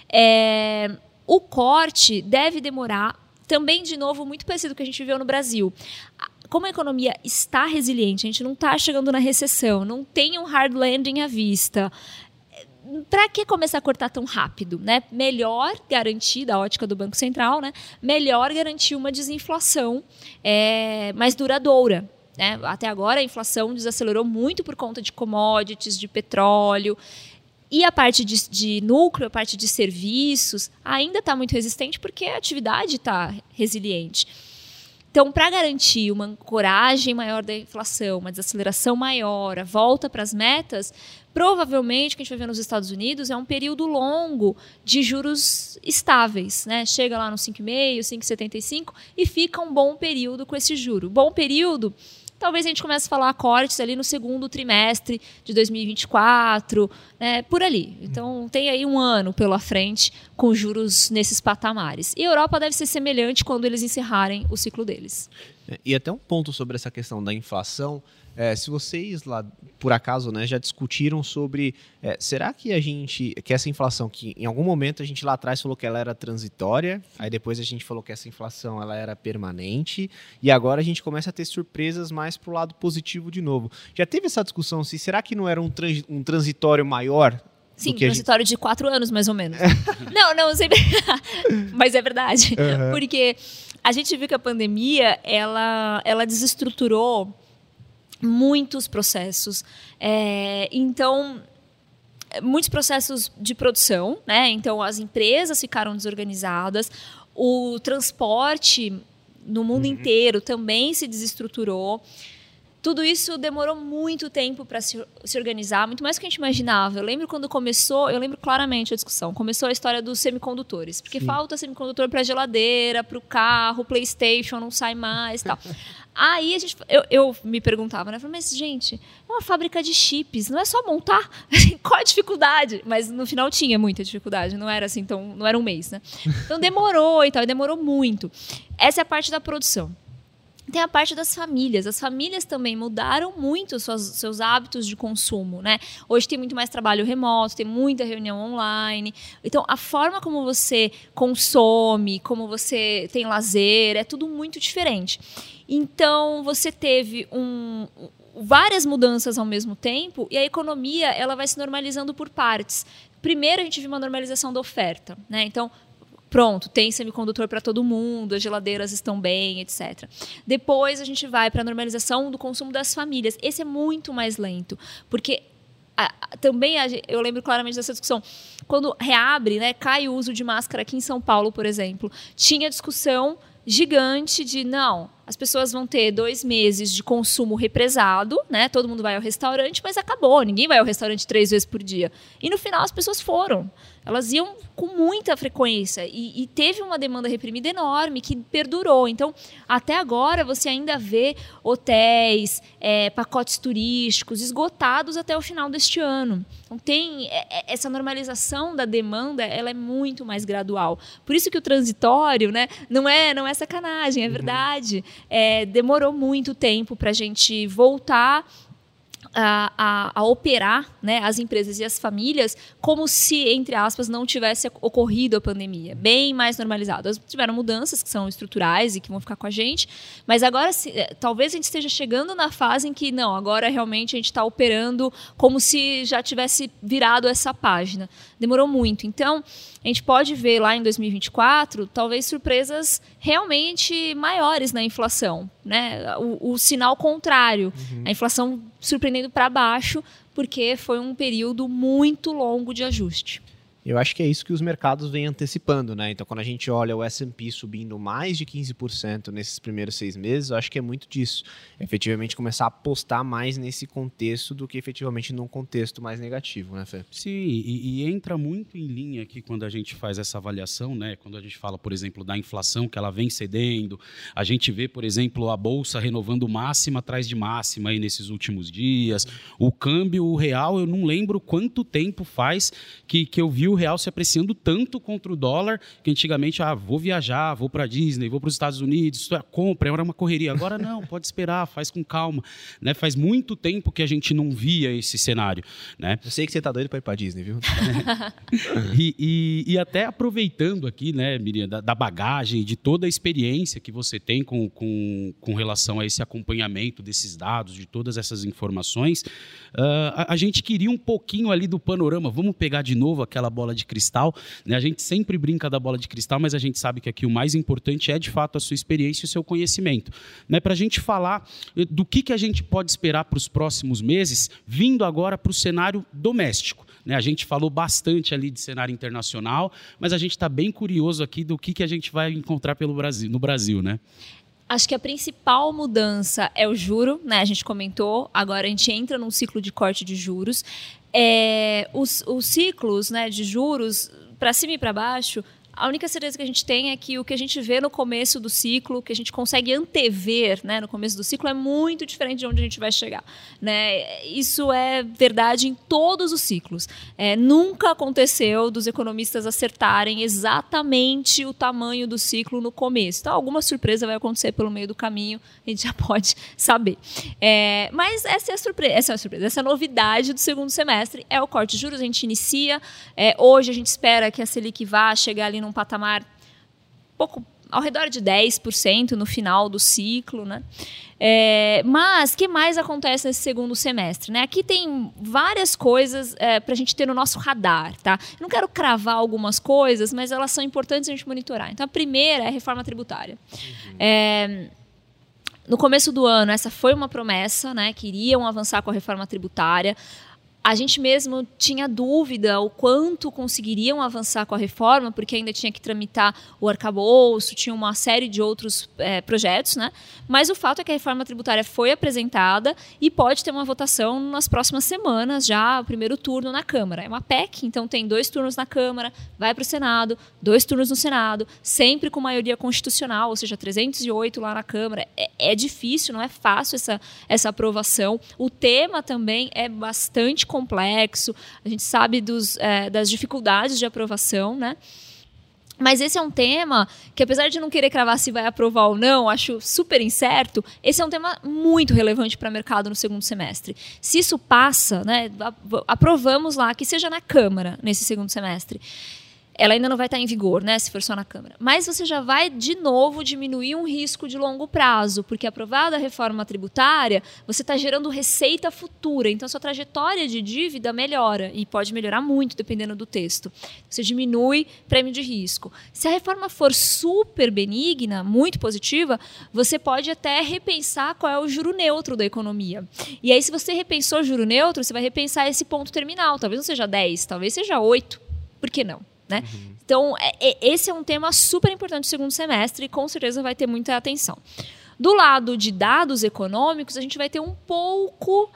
É, o corte deve demorar, também, de novo, muito parecido com o que a gente viu no Brasil. Como a economia está resiliente, a gente não está chegando na recessão, não tem um hard landing à vista. Para que começar a cortar tão rápido, né? Melhor garantir, da ótica do Banco Central, né? Melhor garantir uma desinflação é, mais duradoura. Né? Até agora a inflação desacelerou muito por conta de commodities, de petróleo. E a parte de, de núcleo, a parte de serviços, ainda está muito resistente porque a atividade está resiliente. Então, para garantir uma ancoragem maior da inflação, uma desaceleração maior, a volta para as metas, provavelmente o que a gente vai ver nos Estados Unidos é um período longo de juros estáveis, né? Chega lá no cinco vírgula cinco, cinco vírgula setenta e cinco e fica um bom período com esse juro. Bom período talvez a gente comece a falar cortes ali no segundo trimestre de dois mil e vinte e quatro, né, por ali. Então, tem aí um ano pela frente com juros nesses patamares. E a Europa deve ser semelhante quando eles encerrarem o ciclo deles. E até um ponto sobre essa questão da inflação, é, se vocês lá, por acaso, né, já discutiram sobre, é, será que a gente, que essa inflação, que em algum momento a gente lá atrás falou que ela era transitória, aí depois a gente falou que essa inflação ela era permanente, e agora a gente começa a ter surpresas mais pro lado positivo de novo. Já teve essa discussão, se será que não era um, trans, um transitório maior? Sim, transitório gente... de quatro anos, mais ou menos. não, não, sempre... mas é verdade. Uhum. Porque a gente viu que a pandemia, ela, ela desestruturou muitos processos. É, então, muitos processos de produção, né? Então, as empresas ficaram desorganizadas, o transporte no mundo uhum. inteiro também se desestruturou. Tudo isso demorou muito tempo para se, se organizar, muito mais do que a gente imaginava. Eu lembro quando começou, eu lembro claramente a discussão, começou a história dos semicondutores, porque Sim. falta semicondutor para a geladeira, para o carro, PlayStation não sai mais e tal. Aí a gente, eu, eu me perguntava, né? Eu falei, mas, gente, é uma fábrica de chips, não é só montar? Qual a dificuldade? Mas no final tinha muita dificuldade, não era assim, então, não era um mês, né? Então demorou e tal, e demorou muito. Essa é a parte da produção. Tem a parte das famílias. As famílias também mudaram muito os seus, seus hábitos de consumo, né? Hoje tem muito mais trabalho remoto, tem muita reunião online. Então, a forma como você consome, como você tem lazer, é tudo muito diferente. Então, você teve um, várias mudanças ao mesmo tempo e a economia ela vai se normalizando por partes. Primeiro, a gente viu uma normalização da oferta, né? Então, pronto, tem semicondutor para todo mundo, as geladeiras estão bem, etcétera. Depois a gente vai para a normalização do consumo das famílias. Esse é muito mais lento, porque a, a, também a, eu lembro claramente dessa discussão. Quando reabre, né, cai o uso de máscara aqui em São Paulo, por exemplo, tinha discussão gigante de, não, as pessoas vão ter dois meses de consumo represado, né? Todo mundo vai ao restaurante, mas acabou, ninguém vai ao restaurante três vezes por dia. E no final as pessoas foram. Elas iam com muita frequência e, e teve uma demanda reprimida enorme que perdurou. Então, até agora, você ainda vê hotéis, é, pacotes turísticos esgotados até o final deste ano. Então, tem é, essa normalização da demanda, ela é muito mais gradual. Por isso que o transitório, né, não é, não é sacanagem, é verdade. É, demorou muito tempo para a gente voltar A, a, a operar, né, as empresas e as famílias como se, entre aspas, não tivesse ocorrido a pandemia. Bem mais normalizado. Tiveram mudanças que são estruturais e que vão ficar com a gente, mas agora se, talvez a gente esteja chegando na fase em que, não, agora realmente a gente está operando como se já tivesse virado essa página. Demorou muito. Então, a gente pode ver lá em dois mil e vinte e quatro, talvez surpresas realmente maiores na inflação, né? O, o sinal contrário. Uhum. A inflação surpreendendo para baixo, porque foi um período muito longo de ajuste. Eu acho que é isso que os mercados vêm antecipando, né? Então, quando a gente olha o S and P subindo mais de quinze por cento nesses primeiros seis meses, eu acho que é muito disso. Efetivamente, começar a apostar mais nesse contexto do que efetivamente num contexto mais negativo, né, Fê? Sim, e, e entra muito em linha aqui quando a gente faz essa avaliação, né? Quando a gente fala, por exemplo, da inflação, que ela vem cedendo, a gente vê, por exemplo, a Bolsa renovando máxima atrás de máxima aí nesses últimos dias. O câmbio, o real, eu não lembro quanto tempo faz que, que eu vi o real se apreciando tanto contra o dólar, que antigamente, ah, vou viajar, vou para a Disney, vou para os Estados Unidos, compra, era uma correria. Agora não, pode esperar, faz com calma. Né? Faz muito tempo que a gente não via esse cenário. Né? Eu sei que você tá doido para ir para a Disney, viu? e, e, e até aproveitando aqui, né, Miriam, da, da bagagem, de toda a experiência que você tem com, com, com relação a esse acompanhamento desses dados, de todas essas informações, uh, a, a gente queria um pouquinho ali do panorama. Vamos pegar de novo aquela bola de cristal, né? A gente sempre brinca da bola de cristal, mas a gente sabe que aqui o mais importante é de fato a sua experiência e o seu conhecimento, né? Para a gente falar do que, que a gente pode esperar para os próximos meses, vindo agora para o cenário doméstico, né? A gente falou bastante ali de cenário internacional, mas a gente está bem curioso aqui do que, que a gente vai encontrar pelo Brasil, no Brasil, né? Acho que a principal mudança é o juro, né? A gente comentou, agora a gente entra num ciclo de corte de juros. É, os, os ciclos, né, de juros, para cima e para baixo, a única certeza que a gente tem é que o que a gente vê no começo do ciclo, o que a gente consegue antever, né, no começo do ciclo, é muito diferente de onde a gente vai chegar. Né? Isso é verdade em todos os ciclos. É, nunca aconteceu dos economistas acertarem exatamente o tamanho do ciclo no começo. Então, alguma surpresa vai acontecer pelo meio do caminho, a gente já pode saber. É, mas essa é a surpresa, essa é a surpresa, essa é a novidade do segundo semestre, é o corte de juros. A gente inicia, é, hoje a gente espera que a Selic vá chegar ali num patamar pouco ao redor de dez por cento no final do ciclo, né? É, mas o que mais acontece nesse segundo semestre? Né? Aqui tem várias coisas é, para a gente ter no nosso radar. Tá? Eu não quero cravar algumas coisas, mas elas são importantes a gente monitorar. Então, a primeira é a reforma tributária. Uhum. É, no começo do ano, essa foi uma promessa, né, que iriam avançar com a reforma tributária. A gente mesmo tinha dúvida o quanto conseguiriam avançar com a reforma, porque ainda tinha que tramitar o arcabouço, tinha uma série de outros é, projetos, né? Mas o fato é que a reforma tributária foi apresentada e pode ter uma votação nas próximas semanas, já o primeiro turno na Câmara. É uma P E C, então tem dois turnos na Câmara, vai para o Senado, dois turnos no Senado, sempre com maioria constitucional, ou seja, trezentos e oito lá na Câmara. É, é difícil, não é fácil essa, essa aprovação. O tema também é bastante complexo, a gente sabe dos, é, das dificuldades de aprovação, né? Mas esse é um tema que, apesar de não querer cravar se vai aprovar ou não, acho super incerto, esse é um tema muito relevante para o mercado no segundo semestre. Se isso passa, né, aprovamos lá, que seja na Câmara nesse segundo semestre, ela ainda não vai estar em vigor, né, se for só na Câmara. Mas você já vai, de novo, diminuir um risco de longo prazo, porque aprovada a reforma tributária, você está gerando receita futura. Então, a sua trajetória de dívida melhora, e pode melhorar muito, dependendo do texto. Você diminui prêmio de risco. Se a reforma for super benigna, muito positiva, você pode até repensar qual é o juro neutro da economia. E aí, se você repensou o juro neutro, você vai repensar esse ponto terminal. Talvez não seja dez, talvez seja oito. Por que não? Né? Uhum. Então, é, é, esse é um tema super importante do segundo semestre e com certeza vai ter muita atenção. Do lado de dados econômicos, a gente vai ter um pouco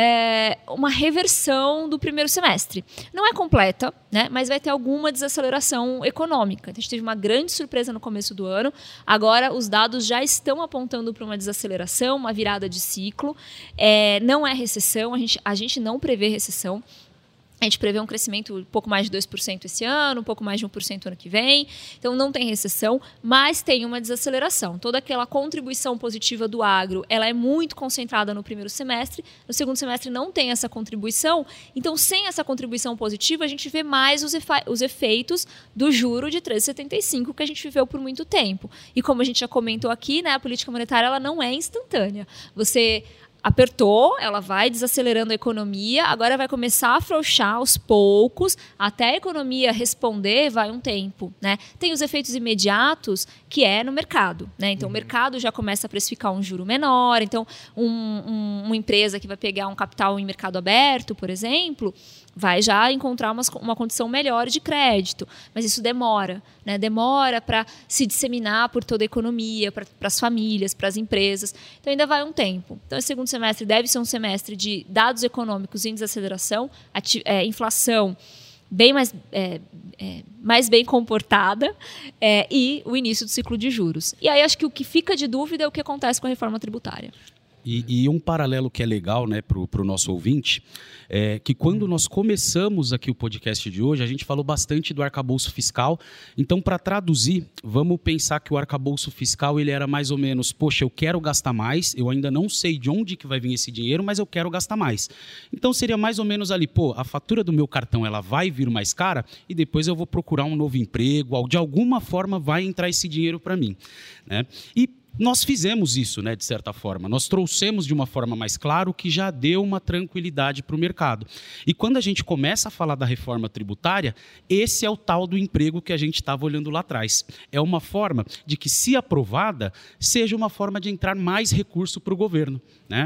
é, uma reversão do primeiro semestre. Não é completa, né? Mas vai ter alguma desaceleração econômica. A gente teve uma grande surpresa no começo do ano. Agora, os dados já estão apontando para uma desaceleração, uma virada de ciclo. É, não é recessão, a gente, a gente não prevê recessão. A gente prevê um crescimento um pouco mais de dois por cento esse ano, um pouco mais de um por cento ano que vem. Então, não tem recessão, mas tem uma desaceleração. Toda aquela contribuição positiva do agro, ela é muito concentrada no primeiro semestre. No segundo semestre não tem essa contribuição. Então, sem essa contribuição positiva, a gente vê mais os, efe- os efeitos do juro de treze vírgula setenta e cinco que a gente viveu por muito tempo. E como a gente já comentou aqui, né, a política monetária ela não é instantânea. Você apertou, ela vai desacelerando a economia, agora vai começar a afrouxar aos poucos, até a economia responder, vai um tempo. Né? Tem os efeitos imediatos, que é no mercado. Né? Então, uhum. o mercado já começa a precificar um juro menor, então, um, um, uma empresa que vai pegar um capital em mercado aberto, por exemplo, vai já encontrar uma, uma condição melhor de crédito. Mas isso demora. Né? Demora para se disseminar por toda a economia, para as famílias, para as empresas. Então, ainda vai um tempo. Então, esse segundo semestre deve ser um semestre de dados econômicos em desaceleração, ati- é, inflação bem mais, é, é, mais bem comportada é, e o início do ciclo de juros. E aí, acho que o que fica de dúvida é o que acontece com a reforma tributária. E, e um paralelo que é legal, né, para o nosso ouvinte, é que quando nós começamos aqui o podcast de hoje, a gente falou bastante do arcabouço fiscal. Então, para traduzir, vamos pensar que o arcabouço fiscal ele era mais ou menos, poxa, eu quero gastar mais, eu ainda não sei de onde que vai vir esse dinheiro, mas eu quero gastar mais. Então, seria mais ou menos ali, pô, a fatura do meu cartão ela vai vir mais cara e depois eu vou procurar um novo emprego, de alguma forma vai entrar esse dinheiro para mim. Né? E nós fizemos isso, né, de certa forma. Nós trouxemos de uma forma mais clara o que já deu uma tranquilidade para o mercado. E quando a gente começa a falar da reforma tributária, esse é o tal do emprego que a gente estava olhando lá atrás. É uma forma de que, se aprovada, seja uma forma de entrar mais recurso para o governo, né?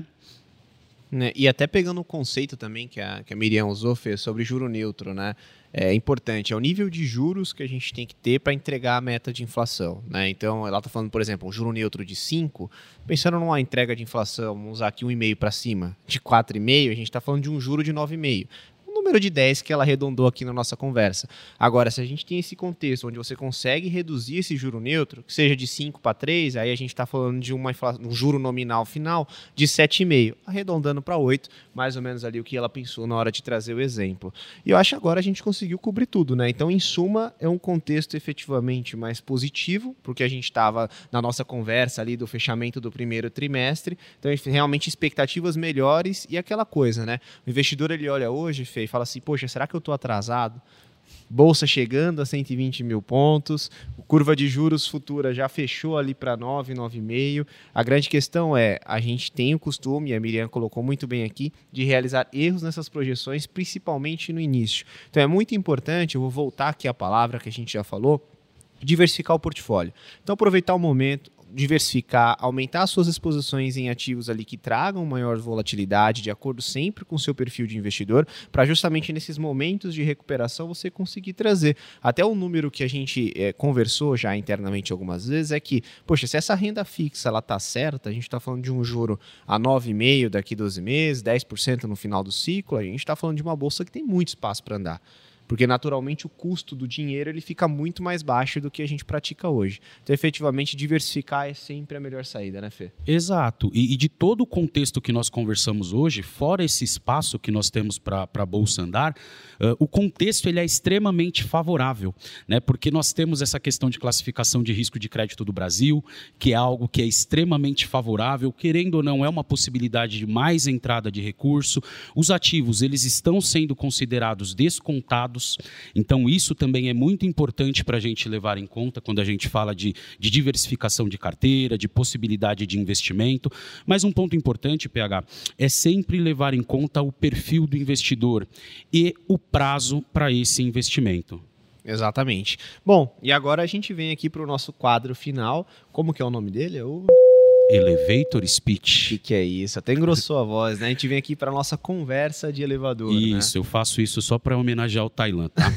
Né? E até pegando o conceito também que a, que a Miriam usou, Fê, sobre juro neutro, né? É importante, é o nível de juros que a gente tem que ter para entregar a meta de inflação. Né? Então, ela está falando, por exemplo, um juro neutro de cinco, pensando numa entrega de inflação, vamos usar aqui um vírgula cinco para cima, de quatro vírgula cinco, a gente está falando de um juro de nove vírgula cinco. número de dez que ela arredondou aqui na nossa conversa. Agora, se a gente tem esse contexto onde você consegue reduzir esse juro neutro, que seja de cinco para três, aí a gente está falando de uma infla... um juro nominal final de sete vírgula cinco, arredondando para oito, mais ou menos ali o que ela pensou na hora de trazer o exemplo. E eu acho que agora a gente conseguiu cobrir tudo, né? Então, em suma, é um contexto efetivamente mais positivo, porque a gente estava na nossa conversa ali do fechamento do primeiro trimestre, então realmente expectativas melhores e aquela coisa, né? O investidor ele olha hoje, Fê, e fala assim, poxa, será que eu estou atrasado? Bolsa chegando a cento e vinte mil pontos, curva de juros futura já fechou ali para nove, nove vírgula cinco. A grande questão é, a gente tem o costume, e a Miriam colocou muito bem aqui, de realizar erros nessas projeções, principalmente no início. Então é muito importante, eu vou voltar aqui a palavra que a gente já falou, diversificar o portfólio. Então aproveitar o momento, diversificar, aumentar as suas exposições em ativos ali que tragam maior volatilidade, de acordo sempre com o seu perfil de investidor, para justamente nesses momentos de recuperação você conseguir trazer. Até o número que a gente é, conversou já internamente algumas vezes é que, poxa, se essa renda fixa ela está certa, a gente está falando de um juro a nove vírgula cinco daqui doze meses, dez por cento no final do ciclo, a gente está falando de uma bolsa que tem muito espaço para andar. Porque, naturalmente, o custo do dinheiro ele fica muito mais baixo do que a gente pratica hoje. Então, efetivamente, diversificar é sempre a melhor saída, né, Fê? Exato. E, e de todo o contexto que nós conversamos hoje, fora esse espaço que nós temos para a Bolsa andar, uh, o contexto ele é extremamente favorável, né? Porque nós temos essa questão de classificação de risco de crédito do Brasil, que é algo que é extremamente favorável, querendo ou não, é uma possibilidade de mais entrada de recurso. Os ativos eles estão sendo considerados descontados. Então, isso também é muito importante para a gente levar em conta quando a gente fala de, de diversificação de carteira, de possibilidade de investimento. Mas um ponto importante, P H, é sempre levar em conta o perfil do investidor e o prazo para esse investimento. Exatamente. Bom, e agora a gente vem aqui para o nosso quadro final. Como que é o nome dele? É o... Elevator Speech. O que, que é isso? Até engrossou a voz, né? A gente vem aqui para a nossa conversa de elevador. Isso, né? Eu faço isso só para homenagear o Tailan, tá?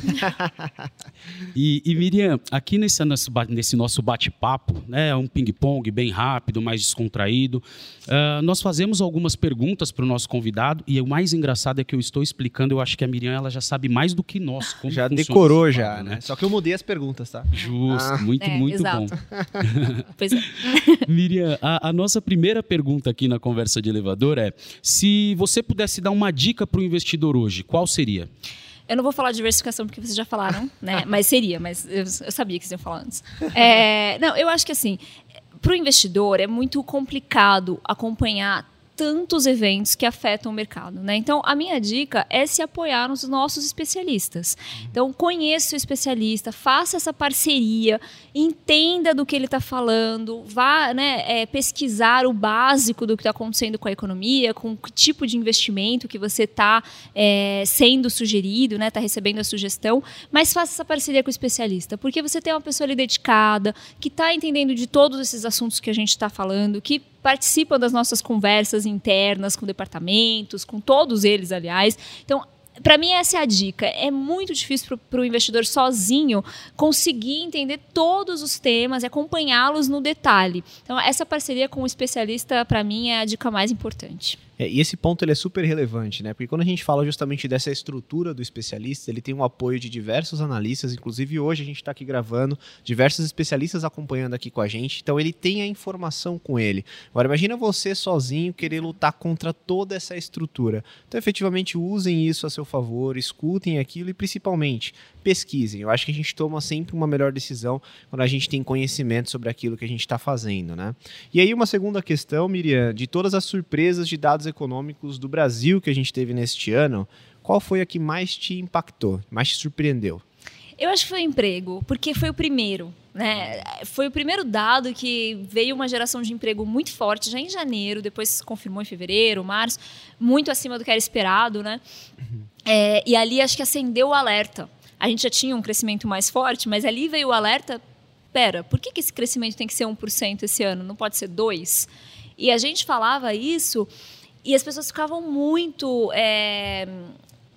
e, e Miriam, aqui nesse, nesse nosso bate-papo, né, um ping-pong bem rápido, mais descontraído, uh, nós fazemos algumas perguntas para o nosso convidado e o mais engraçado é que eu estou explicando, eu acho que a Miriam ela já sabe mais do que nós. Como já decorou já, quadro, né? né? Só que eu mudei as perguntas, tá? Justo, ah. muito, é, muito exato. bom. Pois é. Miriam, a, a nossa primeira pergunta aqui na conversa de elevador é: se você pudesse dar uma dica para o investidor hoje, qual seria? Eu não vou falar de diversificação porque vocês já falaram, né? Mas seria, mas eu, eu sabia que vocês iam falar antes. É, não, eu acho que assim, para o investidor é muito complicado acompanhar tantos eventos que afetam o mercado, né? Então, a minha dica é se apoiar nos nossos especialistas. Então, conheça o especialista, faça essa parceria, entenda do que ele está falando, vá, né, é, pesquisar o básico do que está acontecendo com a economia, com que tipo de investimento que você está é, sendo sugerido, né, está recebendo a sugestão, mas faça essa parceria com o especialista, porque você tem uma pessoa ali dedicada, que está entendendo de todos esses assuntos que a gente está falando, que participam das nossas conversas internas com departamentos, com todos eles, aliás. Então, para mim, essa é a dica. É muito difícil para o investidor sozinho conseguir entender todos os temas e acompanhá-los no detalhe. Então, essa parceria com o especialista, para mim, é a dica mais importante. É, e esse ponto ele é super relevante, né? Porque quando a gente fala justamente dessa estrutura do especialista, ele tem o apoio de diversos analistas, inclusive hoje a gente está aqui gravando, diversos especialistas acompanhando aqui com a gente, então ele tem a informação com ele. Agora imagina você sozinho querer lutar contra toda essa estrutura. Então efetivamente usem isso a seu favor, escutem aquilo e principalmente pesquisem. Eu acho que a gente toma sempre uma melhor decisão quando a gente tem conhecimento sobre aquilo que a gente está fazendo, né? E aí uma segunda questão, Miriam, de todas as surpresas de dados econômicos do Brasil que a gente teve neste ano, qual foi a que mais te impactou, mais te surpreendeu? Eu acho que foi o emprego, porque foi o primeiro, né? Foi o primeiro dado que veio uma geração de emprego muito forte, já em janeiro, depois se confirmou em fevereiro, março, muito acima do que era esperado, né? Uhum. É, e ali acho que acendeu o alerta. A gente já tinha um crescimento mais forte, mas ali veio o alerta, pera, por que, que esse crescimento tem que ser um por cento esse ano? Não pode ser dois por cento? E a gente falava isso e as pessoas ficavam muito... É,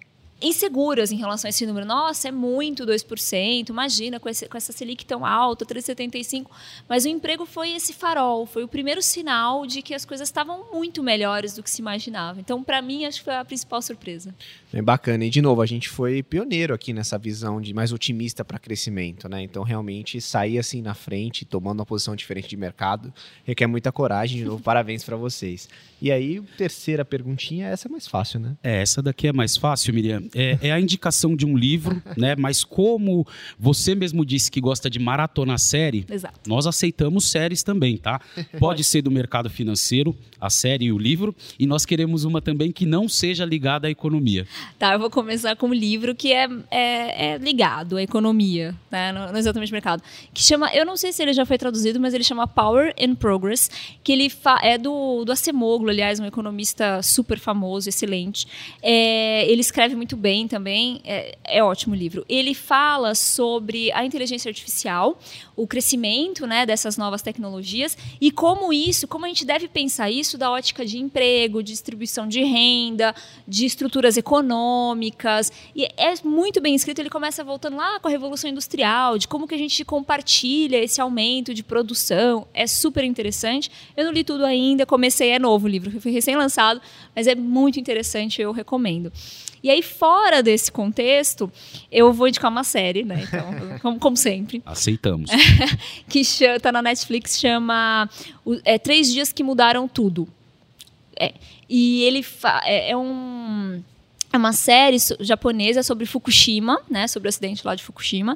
inseguras em relação a esse número. Nossa, é muito dois por cento, imagina, com, esse, com essa Selic tão alta, três vírgula setenta e cinco por cento. Mas o emprego foi esse farol, foi o primeiro sinal de que as coisas estavam muito melhores do que se imaginava. Então, para mim, acho que foi a principal surpresa. É bacana. E, de novo, a gente foi pioneiro aqui nessa visão de mais otimista para crescimento, né? Então, realmente, sair assim na frente, tomando uma posição diferente de mercado, requer muita coragem. De novo, parabéns para vocês. E aí, terceira perguntinha, essa é mais fácil, né? É, essa daqui é mais fácil, Miriam. É, é a indicação de um livro, né? Mas como você mesmo disse que gosta de maratonar série, Exato. Nós aceitamos séries também, tá? Pode ser do mercado financeiro, a série e o livro, e nós queremos uma também que não seja ligada à economia. Tá, eu vou começar com um livro que é, é, é ligado à economia, né? não, não exatamente ao mercado, que chama, eu não sei se ele já foi traduzido, mas ele chama Power and Progress, que ele fa- é do, do Acemoglu, aliás, um economista super famoso, excelente. É, ele escreve muito bem também, é, é ótimo o livro. Ele fala sobre a inteligência artificial, o crescimento, né, dessas novas tecnologias e como isso, como a gente deve pensar isso da ótica de emprego, de distribuição de renda, de estruturas econômicas. E é muito bem escrito, ele começa voltando lá com a Revolução Industrial, de como que a gente compartilha esse aumento de produção. É super interessante. Eu não li tudo ainda, comecei, é novo o livro, foi recém-lançado, mas é muito interessante, eu recomendo. E aí, fora desse contexto, eu vou indicar uma série, né? Então, como, como sempre. Aceitamos. Que está na Netflix, chama é, Três Dias que Mudaram Tudo. É, e ele fa- é, é, um, é uma série so- japonesa sobre Fukushima, né? Sobre o acidente lá de Fukushima.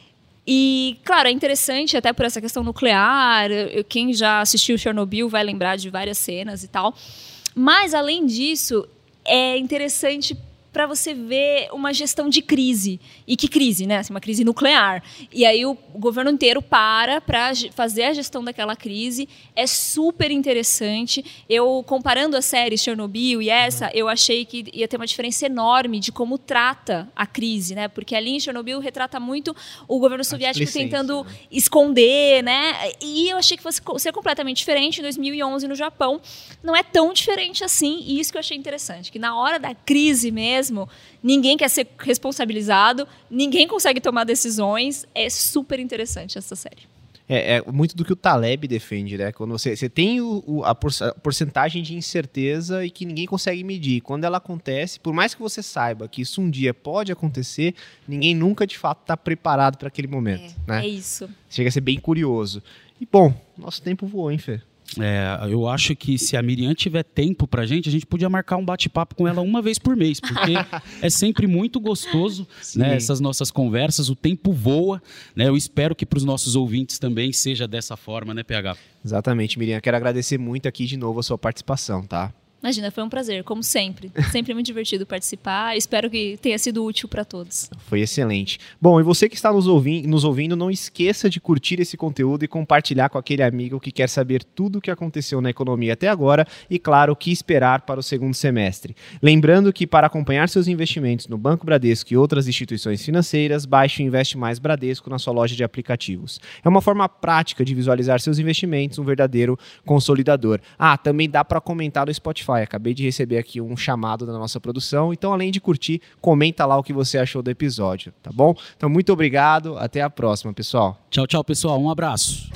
E, claro, é interessante até por essa questão nuclear. Eu, quem já assistiu Chernobyl vai lembrar de várias cenas e tal. Mas, além disso, é interessante para você ver uma gestão de crise. E que crise, né? Assim, uma crise nuclear. E aí o governo inteiro para para fazer a gestão daquela crise. É super interessante. Eu, comparando a série Chernobyl e essa, eu achei que ia ter uma diferença enorme de como trata a crise, né? Porque ali em Chernobyl retrata muito o governo soviético tentando né? esconder, né? E eu achei que fosse ser completamente diferente em dois mil e onze no Japão. Não é tão diferente assim, e isso que eu achei interessante, que na hora da crise mesmo, ninguém quer ser responsabilizado, ninguém consegue tomar decisões. É super interessante essa série. É, é muito do que o Taleb defende, né? Quando você, você tem o, o, a, por, a porcentagem de incerteza e que ninguém consegue medir. Quando ela acontece, por mais que você saiba que isso um dia pode acontecer, ninguém nunca, de fato, está preparado para aquele momento. É, né? é isso. Chega a ser bem curioso. E, bom, nosso tempo voou, hein, Fê? É, eu acho que se a Miriam tiver tempo pra gente, a gente podia marcar um bate-papo com ela uma vez por mês, porque é sempre muito gostoso, né, essas nossas conversas, o tempo voa, né, eu espero que para os nossos ouvintes também seja dessa forma, né, P H? Exatamente, Miriam. Quero agradecer muito aqui de novo a sua participação, tá? Imagina, foi um prazer, como sempre. Sempre muito divertido participar. Espero que tenha sido útil para todos. Foi excelente. Bom, e você que está nos ouvindo, nos ouvindo, não esqueça de curtir esse conteúdo e compartilhar com aquele amigo que quer saber tudo o que aconteceu na economia até agora e, claro, o que esperar para o segundo semestre. Lembrando que para acompanhar seus investimentos no Banco Bradesco e outras instituições financeiras, baixe o Investe Mais Bradesco na sua loja de aplicativos. É uma forma prática de visualizar seus investimentos, um verdadeiro consolidador. Ah, também dá para comentar no Spotify. Acabei de receber aqui um chamado da nossa produção. Então, além de curtir, comenta lá o que você achou do episódio, tá bom? Então, muito obrigado. Até a próxima, pessoal. Tchau, tchau, pessoal. Um abraço.